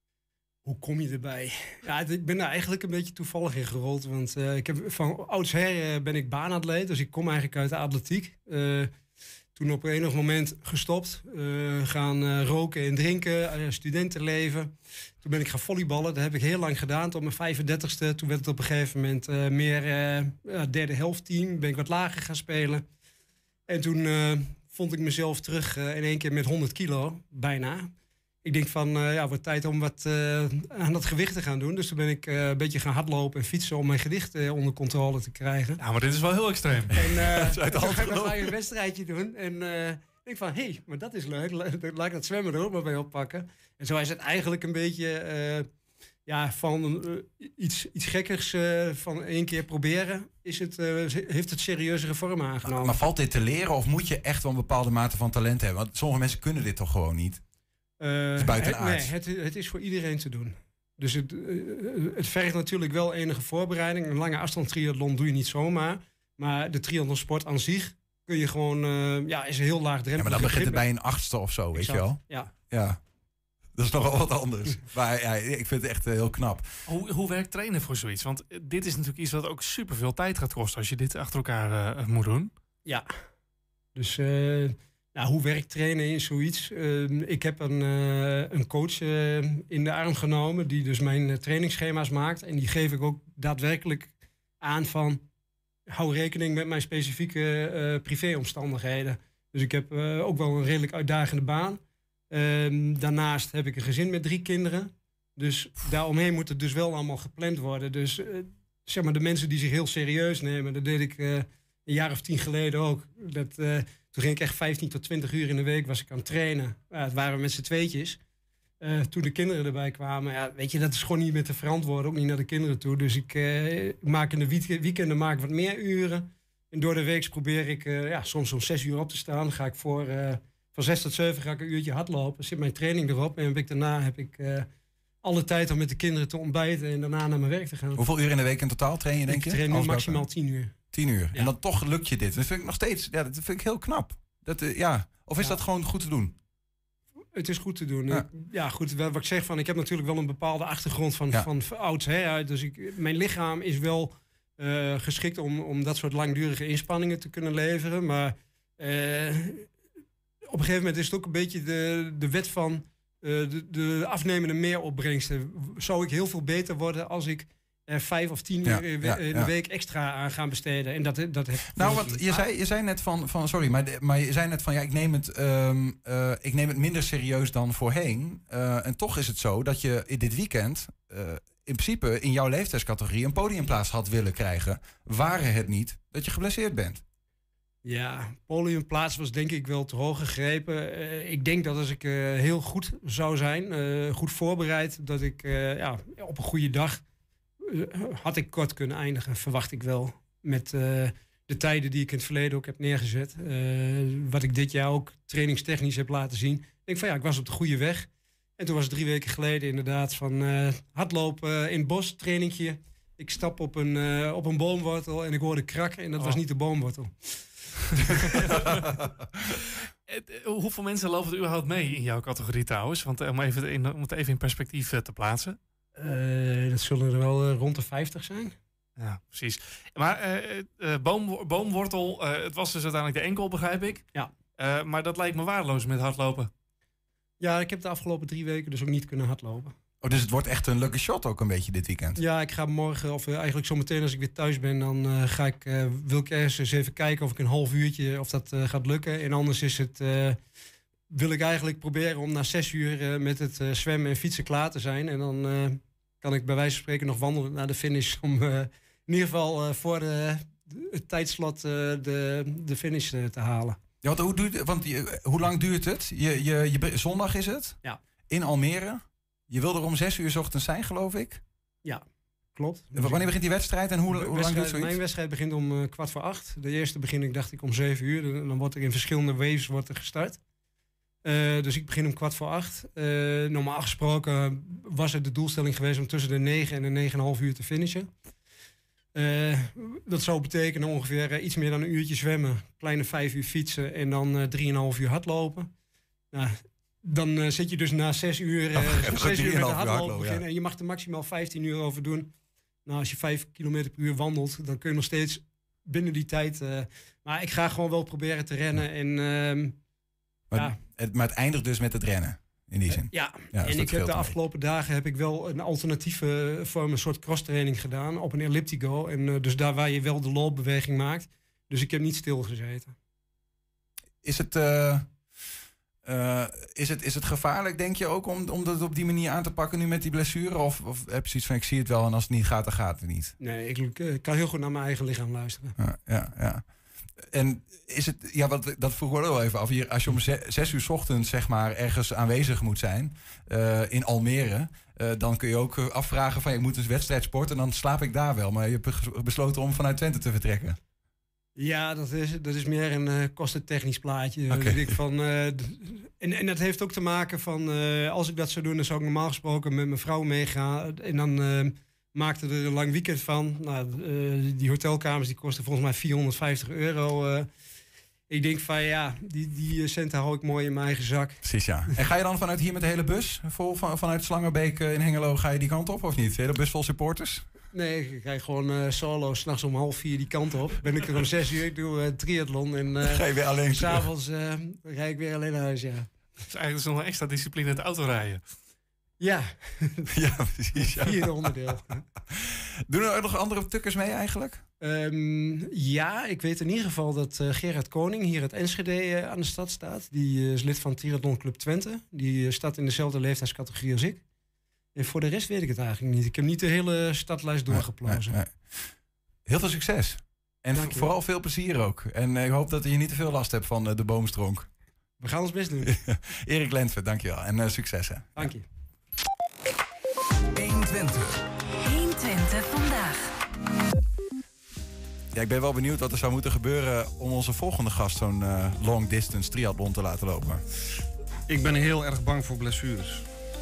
Hoe kom je erbij? Ja, ik ben daar eigenlijk een beetje toevallig in gerold. Want uh, ik heb, van oudsher uh, ben ik baanatleet. Dus ik kom eigenlijk uit de atletiek. Uh, toen op enig moment gestopt. Uh, gaan uh, roken en drinken. Uh, studentenleven. Toen ben ik gaan volleyballen. Dat heb ik heel lang gedaan. Tot mijn vijfendertigste. Toen werd het op een gegeven moment uh, meer uh, derde helft team. Ben ik wat lager gaan spelen. En toen uh, vond ik mezelf terug uh, in één keer met honderd kilo. Bijna. Ik denk van, uh, ja, wordt tijd om wat uh, aan dat gewicht te gaan doen. Dus toen ben ik uh, een beetje gaan hardlopen en fietsen om mijn gewicht uh, onder controle te krijgen. Ja, maar dit is wel heel extreem. En uh, toen ga je een wedstrijdje doen. En uh, ik denk van, hé, hey, maar dat is leuk. Laat ik dat zwemmen er ook maar bij oppakken. En zo is het eigenlijk een beetje uh, ja, van uh, iets, iets gekkers uh, van één keer proberen. Is het, uh, heeft het serieuzere vorm aangenomen. Maar, maar valt dit te leren of moet je echt wel een bepaalde mate van talent hebben? Want sommige mensen kunnen dit toch gewoon niet? Uh, het is buitenaards. Het, nee, het, het is voor iedereen te doen. Dus het, uh, het vergt natuurlijk wel enige voorbereiding. Een lange afstand triathlon doe je niet zomaar. Maar de triathlonsport aan zich kun je gewoon, uh, ja, is heel laagdrempelig. Ja, maar dan begint het bij een achtste of zo, weet exact. je wel? Ja. ja. Dat is nogal wat anders. Maar ja, ik vind het echt uh, heel knap. Hoe, hoe werkt trainen voor zoiets? Want dit is natuurlijk iets wat ook superveel tijd gaat kosten als je dit achter elkaar uh, moet doen. Ja. Dus... Uh, Nou, hoe werkt trainen in zoiets? Uh, ik heb een, uh, een coach uh, in de arm genomen die dus mijn uh, trainingsschema's maakt. En die geef ik ook daadwerkelijk aan van... hou rekening met mijn specifieke uh, privéomstandigheden. Dus ik heb uh, ook wel een redelijk uitdagende baan. Uh, daarnaast heb ik een gezin met drie kinderen. Dus daaromheen moet het dus wel allemaal gepland worden. Dus uh, zeg maar de mensen die zich heel serieus nemen... dat deed ik uh, een jaar of tien geleden ook. Dat... Uh, Toen ging ik echt vijftien tot twintig uur in de week was ik aan het trainen. Ja, het waren we met z'n tweetjes. Uh, toen de kinderen erbij kwamen, ja, weet je, dat is gewoon niet meer te verantwoorden. Ook niet naar de kinderen toe. Dus ik uh, maak in de weekenden maak ik wat meer uren. En door de week probeer ik uh, ja, soms om zes uur op te staan. Ga ik voor, uh, van zes tot zeven ga ik een uurtje hardlopen. Zit mijn training erop. En heb ik, daarna heb ik uh, alle tijd om met de kinderen te ontbijten en daarna naar mijn werk te gaan. Hoeveel uur in de week in totaal train je, denk je? Ik train nu maximaal tien uur. Tien uur. Ja. En dan toch lukt je dit. Dat vind ik nog steeds, ja, dat vind ik heel knap. Dat, uh, ja. Of is ja. dat gewoon goed te doen? Het is goed te doen. Ja, ja goed, wat ik zeg, van, ik heb natuurlijk wel een bepaalde achtergrond van, ja. van, van ouds. Hè, dus ik, mijn lichaam is wel uh, geschikt om, om dat soort langdurige inspanningen te kunnen leveren. Maar uh, op een gegeven moment is het ook een beetje de, de wet van uh, de, de afnemende meeropbrengsten. Zou ik heel veel beter worden als ik er vijf of tien ja, uur ja, in de ja. week extra aan gaan besteden. En dat, dat heb nou, wat je zei, je zei net van, van sorry, maar, maar je zei net van ja, ik neem het, um, uh, ik neem het minder serieus dan voorheen. Uh, en toch is het zo dat je in dit weekend uh, in principe in jouw leeftijdscategorie een podiumplaats had willen krijgen. Waren het niet dat je geblesseerd bent? Ja, podiumplaats was denk ik wel te hoog gegrepen. Uh, ik denk dat als ik uh, heel goed zou zijn, uh, goed voorbereid, dat ik uh, ja, op een goede dag had ik kort kunnen eindigen, verwacht ik wel. Met uh, de tijden die ik in het verleden ook heb neergezet. Uh, wat ik dit jaar ook trainingstechnisch heb laten zien. Ik denk van ja, ik was op de goede weg. En toen was het drie weken geleden inderdaad van uh, hardlopen in het bos, trainingje. Ik stap op een, uh, op een boomwortel en ik hoorde krakken. En dat oh. was niet de boomwortel. Hoeveel mensen lopen er überhaupt mee in jouw categorie trouwens? Want om, even in, om het even in perspectief uh, te plaatsen. Uh, dat zullen er wel uh, rond de vijftig zijn. Ja, precies. Maar uh, uh, boom, boomwortel, uh, het was dus uiteindelijk de enkel, begrijp ik. Ja. Uh, maar dat lijkt me waardeloos met hardlopen. Ja, ik heb de afgelopen drie weken dus ook niet kunnen hardlopen. Oh, dus het wordt echt een lucky shot ook een beetje dit weekend? Ja, ik ga morgen, of uh, eigenlijk zometeen als ik weer thuis ben, dan uh, ga ik, uh, wil ik eerst eens even kijken of ik een half uurtje, of dat uh, gaat lukken. En anders is het... Uh, wil ik eigenlijk proberen om na zes uur uh, met het uh, zwemmen en fietsen klaar te zijn. En dan uh, kan ik bij wijze van spreken nog wandelen naar de finish. Om uh, in ieder geval uh, voor de, het tijdslot uh, de, de finish uh, te halen. Ja, want hoe, duurt, want je, hoe lang duurt het? Je, je, je, zondag is het? Ja. In Almere. Je wil er om zes uur 's ochtends zijn, geloof ik? Ja, klopt. Dus wanneer begint die wedstrijd en hoe, hoe lang duurt zoiets? Mijn wedstrijd begint om uh, kwart voor acht. De eerste begin ik, dacht ik, om zeven uur. En dan wordt er in verschillende waves wordt er gestart. Uh, dus ik begin om kwart voor acht. Uh, normaal gesproken was het de doelstelling geweest om tussen de negen en de negen en een half uur te finishen. Uh, dat zou betekenen ongeveer uh, iets meer dan een uurtje zwemmen, kleine vijf uur fietsen en dan uh, drieënhalf uur hardlopen. Nou, dan uh, zit je dus na zes uur, uh, oh, zes uur met de hardlopen hardlopen, beginnen. Ja. En je mag er maximaal vijftien uur over doen. Nou, als je vijf kilometer per uur wandelt, dan kun je nog steeds binnen die tijd... Uh, maar ik ga gewoon wel proberen te rennen en... Uh, Maar, ja. het, maar het eindigt dus met het rennen, in die zin. Ja, ja en ik heb de afgelopen dagen heb ik wel een alternatieve vorm, een soort crosstraining gedaan op een elliptico. En uh, dus daar waar je wel de loopbeweging maakt. Dus ik heb niet stilgezeten. Is het, uh, uh, is het, is het gevaarlijk, denk je ook, om, om dat op die manier aan te pakken nu met die blessure? Of, of heb je zoiets van, ik zie het wel en als het niet gaat, dan gaat het niet? Nee, ik, ik kan heel goed naar mijn eigen lichaam luisteren. Ja, ja, ja. En is het, ja, wat, dat vroeg ik wel even af. Hier, als je om zes, zes uur 's ochtends zeg maar ergens aanwezig moet zijn uh, in Almere, uh, dan kun je ook afvragen van je moet dus wedstrijd sporten en dan slaap ik daar wel. Maar je hebt besloten om vanuit Twente te vertrekken. Ja, dat is, dat is meer een uh, kostentechnisch plaatje. Okay. Ik van, uh, en, en dat heeft ook te maken van, uh, als ik dat zou doen, dan zou ik normaal gesproken met mijn vrouw meegaan. En dan uh, maakte er een lang weekend van. Nou, uh, die hotelkamers die kosten volgens mij vierhonderdvijftig euro. Uh, ik denk van ja, die, die centen hou ik mooi in mijn eigen zak. Precies, ja. En ga je dan vanuit hier met de hele bus? Vol, van, vanuit Slangenbeek in Hengelo, ga je die kant op of niet? De hele bus vol supporters? Nee, ik ga gewoon uh, solo s'nachts om half vier die kant op. Ben ik er om zes uur, ik doe uh, triathlon. En uh, ga je weer alleen? 's avonds uh, rijd ik weer alleen naar huis, ja. Dat is eigenlijk dus nog een extra discipline het autorijden. Ja. Ja, precies. Ja. Vierde onderdeel. Doen er ook nog andere tukkers mee eigenlijk? Um, ja, ik weet in ieder geval dat uh, Gerard Koning hier uit Enschede uh, aan de stad staat. Die uh, is lid van Triathlon Club Twente. Die uh, staat in dezelfde leeftijdscategorie als ik. En voor de rest weet ik het eigenlijk niet. Ik heb niet de hele stadlijst doorgeplozen. Nee, nee. Heel veel succes. En v- vooral veel plezier ook. En uh, ik hoop dat je niet te veel last hebt van uh, de boomstronk. We gaan ons best doen. Erik Lentve, dankjewel. En uh, succes hè. Dank je. honderdtwintig vandaag. Ja, ik ben wel benieuwd wat er zou moeten gebeuren om onze volgende gast zo'n uh, long distance triathlon te laten lopen. Ik ben heel erg bang voor blessures.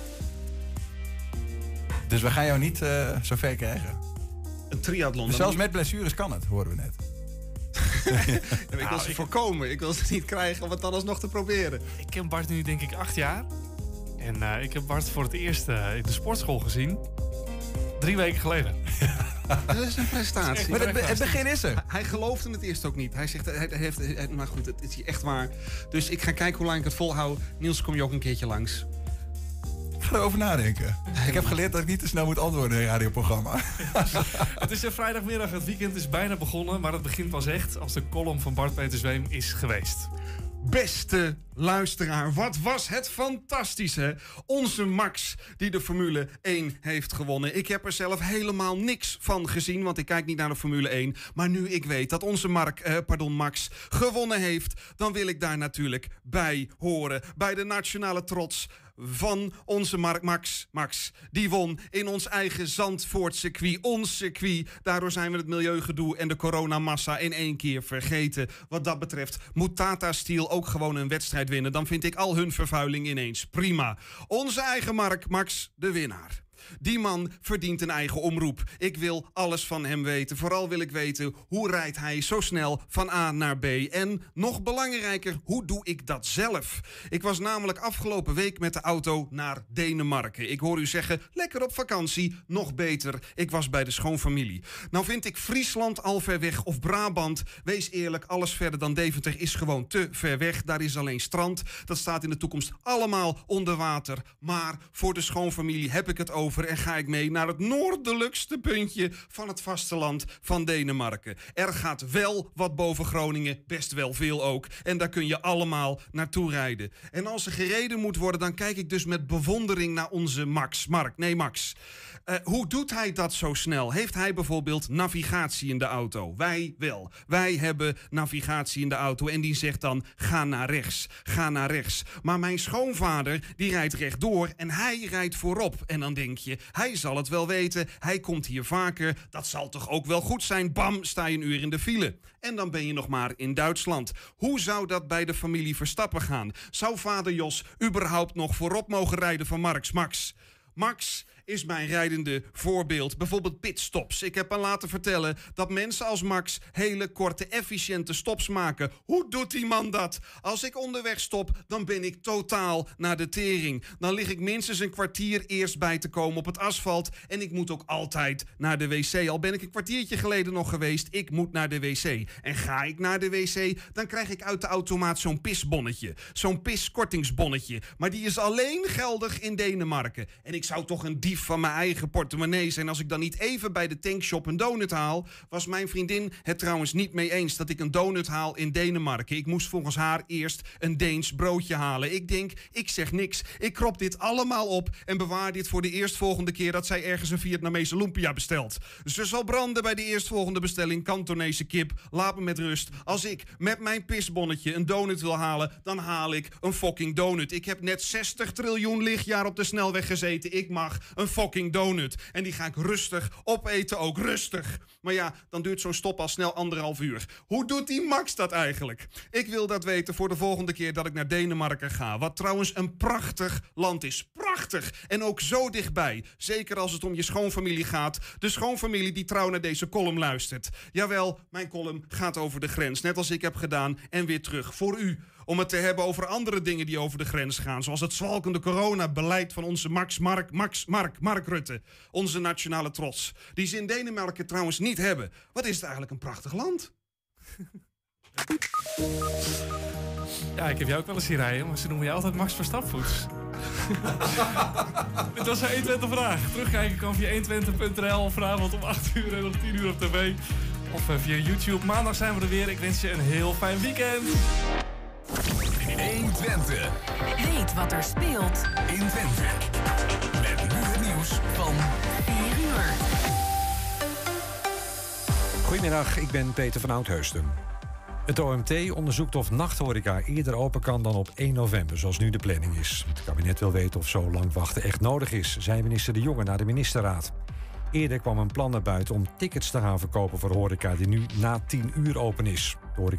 Dus we gaan jou niet uh, zo ver krijgen? Een triathlon. Dus zelfs met blessures kan het, hoorden we net. Ja, ik wil nou, ze ik... voorkomen. Ik wil ze niet krijgen om het dan alsnog te proberen. Ik ken Bart nu denk ik acht jaar. En uh, ik heb Bart voor het eerst uh, in de sportschool gezien. Drie weken geleden. Dat is een prestatie. Maar het, het begin is er. Hij geloofde het eerst ook niet. Hij zegt, hij heeft, hij, maar goed, het is echt waar. Dus ik ga kijken hoe lang ik het volhoud. Niels, kom je ook een keertje langs? Ik ga erover nadenken. Ik heb geleerd dat ik niet te snel moet antwoorden in een radioprogramma. Het is een vrijdagmiddag, het weekend is bijna begonnen. Maar het begint pas echt als de column van Bart-Peter Zweem is geweest. Beste luisteraar, wat was het fantastisch, hè? Onze Max, die de Formule één heeft gewonnen. Ik heb er zelf helemaal niks van gezien, want ik kijk niet naar de Formule één. Maar nu ik weet dat onze Mark, eh, pardon, Max gewonnen heeft, dan wil ik daar natuurlijk bij horen. Bij de nationale trots van onze Mark Max. Max, die won in ons eigen Zandvoortcircuit, ons circuit. Daardoor zijn we het milieugedoe en de coronamassa in één keer vergeten. Wat dat betreft moet Tata Steel ook gewoon een wedstrijd winnen. Dan vind ik al hun vervuiling ineens prima. Onze eigen Mark Max, de winnaar. Die man verdient een eigen omroep. Ik wil alles van hem weten. Vooral wil ik weten, hoe rijdt hij zo snel van A naar B? En nog belangrijker, hoe doe ik dat zelf? Ik was namelijk afgelopen week met de auto naar Denemarken. Ik hoor u zeggen, lekker op vakantie. Nog beter, ik was bij de schoonfamilie. Nou vind ik Friesland al ver weg of Brabant. Wees eerlijk, alles verder dan Deventer is gewoon te ver weg. Daar is alleen strand. Dat staat in de toekomst allemaal onder water. Maar voor de schoonfamilie heb ik het over en ga ik mee naar het noordelijkste puntje van het vasteland van Denemarken. Er gaat wel wat boven Groningen, best wel veel ook. En daar kun je allemaal naartoe rijden. En als er gereden moet worden, dan kijk ik dus met bewondering naar onze Max. Mark, nee Max. Uh, hoe doet hij dat zo snel? Heeft hij bijvoorbeeld navigatie in de auto? Wij wel. Wij hebben navigatie in de auto en die zegt dan, ga naar rechts, ga naar rechts. Maar mijn schoonvader, die rijdt rechtdoor en hij rijdt voorop. En dan denk je, hij zal het wel weten, hij komt hier vaker, dat zal toch ook wel goed zijn. Bam, sta je een uur in de file. En dan ben je nog maar in Duitsland. Hoe zou dat bij de familie Verstappen gaan? Zou vader Jos überhaupt nog voorop mogen rijden van Marks Max? Max is mijn rijdende voorbeeld. Bijvoorbeeld pitstops. Ik heb me laten vertellen dat mensen als Max hele korte, efficiënte stops maken. Hoe doet die man dat? Als ik onderweg stop, dan ben ik totaal naar de tering. Dan lig ik minstens een kwartier eerst bij te komen op het asfalt. En ik moet ook altijd naar de wc. Al ben ik een kwartiertje geleden nog geweest, ik moet naar de wc. En ga ik naar de wc, dan krijg ik uit de automaat zo'n pisbonnetje. Zo'n piskortingsbonnetje. Maar die is alleen geldig in Denemarken. En ik zou toch een dief van mijn eigen portemonnee zijn als ik dan niet even bij de tankshop een donut haal. Was mijn vriendin het trouwens niet mee eens dat ik een donut haal in Denemarken. Ik moest volgens haar eerst een Deens broodje halen. Ik denk, ik zeg niks. Ik krop dit allemaal op en bewaar dit voor de eerstvolgende keer dat zij ergens een Vietnamese lumpia bestelt. Ze zal branden bij de eerstvolgende bestelling Kantonese kip. Laat me met rust. Als ik met mijn pisbonnetje een donut wil halen, dan haal ik een fucking donut. Ik heb net zestig triljoen lichtjaar op de snelweg gezeten. Ik mag een fucking donut. En die ga ik rustig opeten, ook rustig. Maar ja, dan duurt zo'n stop al snel anderhalf uur. Hoe doet die Max dat eigenlijk? Ik wil dat weten voor de volgende keer dat ik naar Denemarken ga. Wat trouwens een prachtig land is. Prachtig! En ook zo dichtbij. Zeker als het om je schoonfamilie gaat. De schoonfamilie die trouw naar deze column luistert. Jawel, mijn column gaat over de grens. Net als ik heb gedaan en weer terug. Voor u. Om het te hebben over andere dingen die over de grens gaan. Zoals het zwalkende coronabeleid van onze Max, Mark, Max, Mark, Mark Rutte. Onze nationale trots. Die ze in Denemarken trouwens niet hebben. Wat is het eigenlijk een prachtig land? Ja, ik heb jou ook wel eens zien rijden, maar ze noemen je altijd Max Verstapvoets. Dit was een honderdtwintig Vandaag. Terugkijken kan via honderdtwintig punt n l vanavond om acht uur en om tien uur op tv. Of via YouTube. Maandag zijn we er weer. Ik wens je een heel fijn weekend. honderdtwintig. Weet wat er speelt in Twente. Met nu het nieuws van vier uur. Goedemiddag, ik ben Peter van Oudheusden. Het O M T onderzoekt of nachthoreca eerder open kan dan op één november, zoals nu de planning is. Het kabinet wil weten of zo lang wachten echt nodig is, zei minister De Jonge na de ministerraad. Eerder kwam een plan naar buiten om tickets te gaan verkopen voor de horeca die nu na tien uur open is. De horeca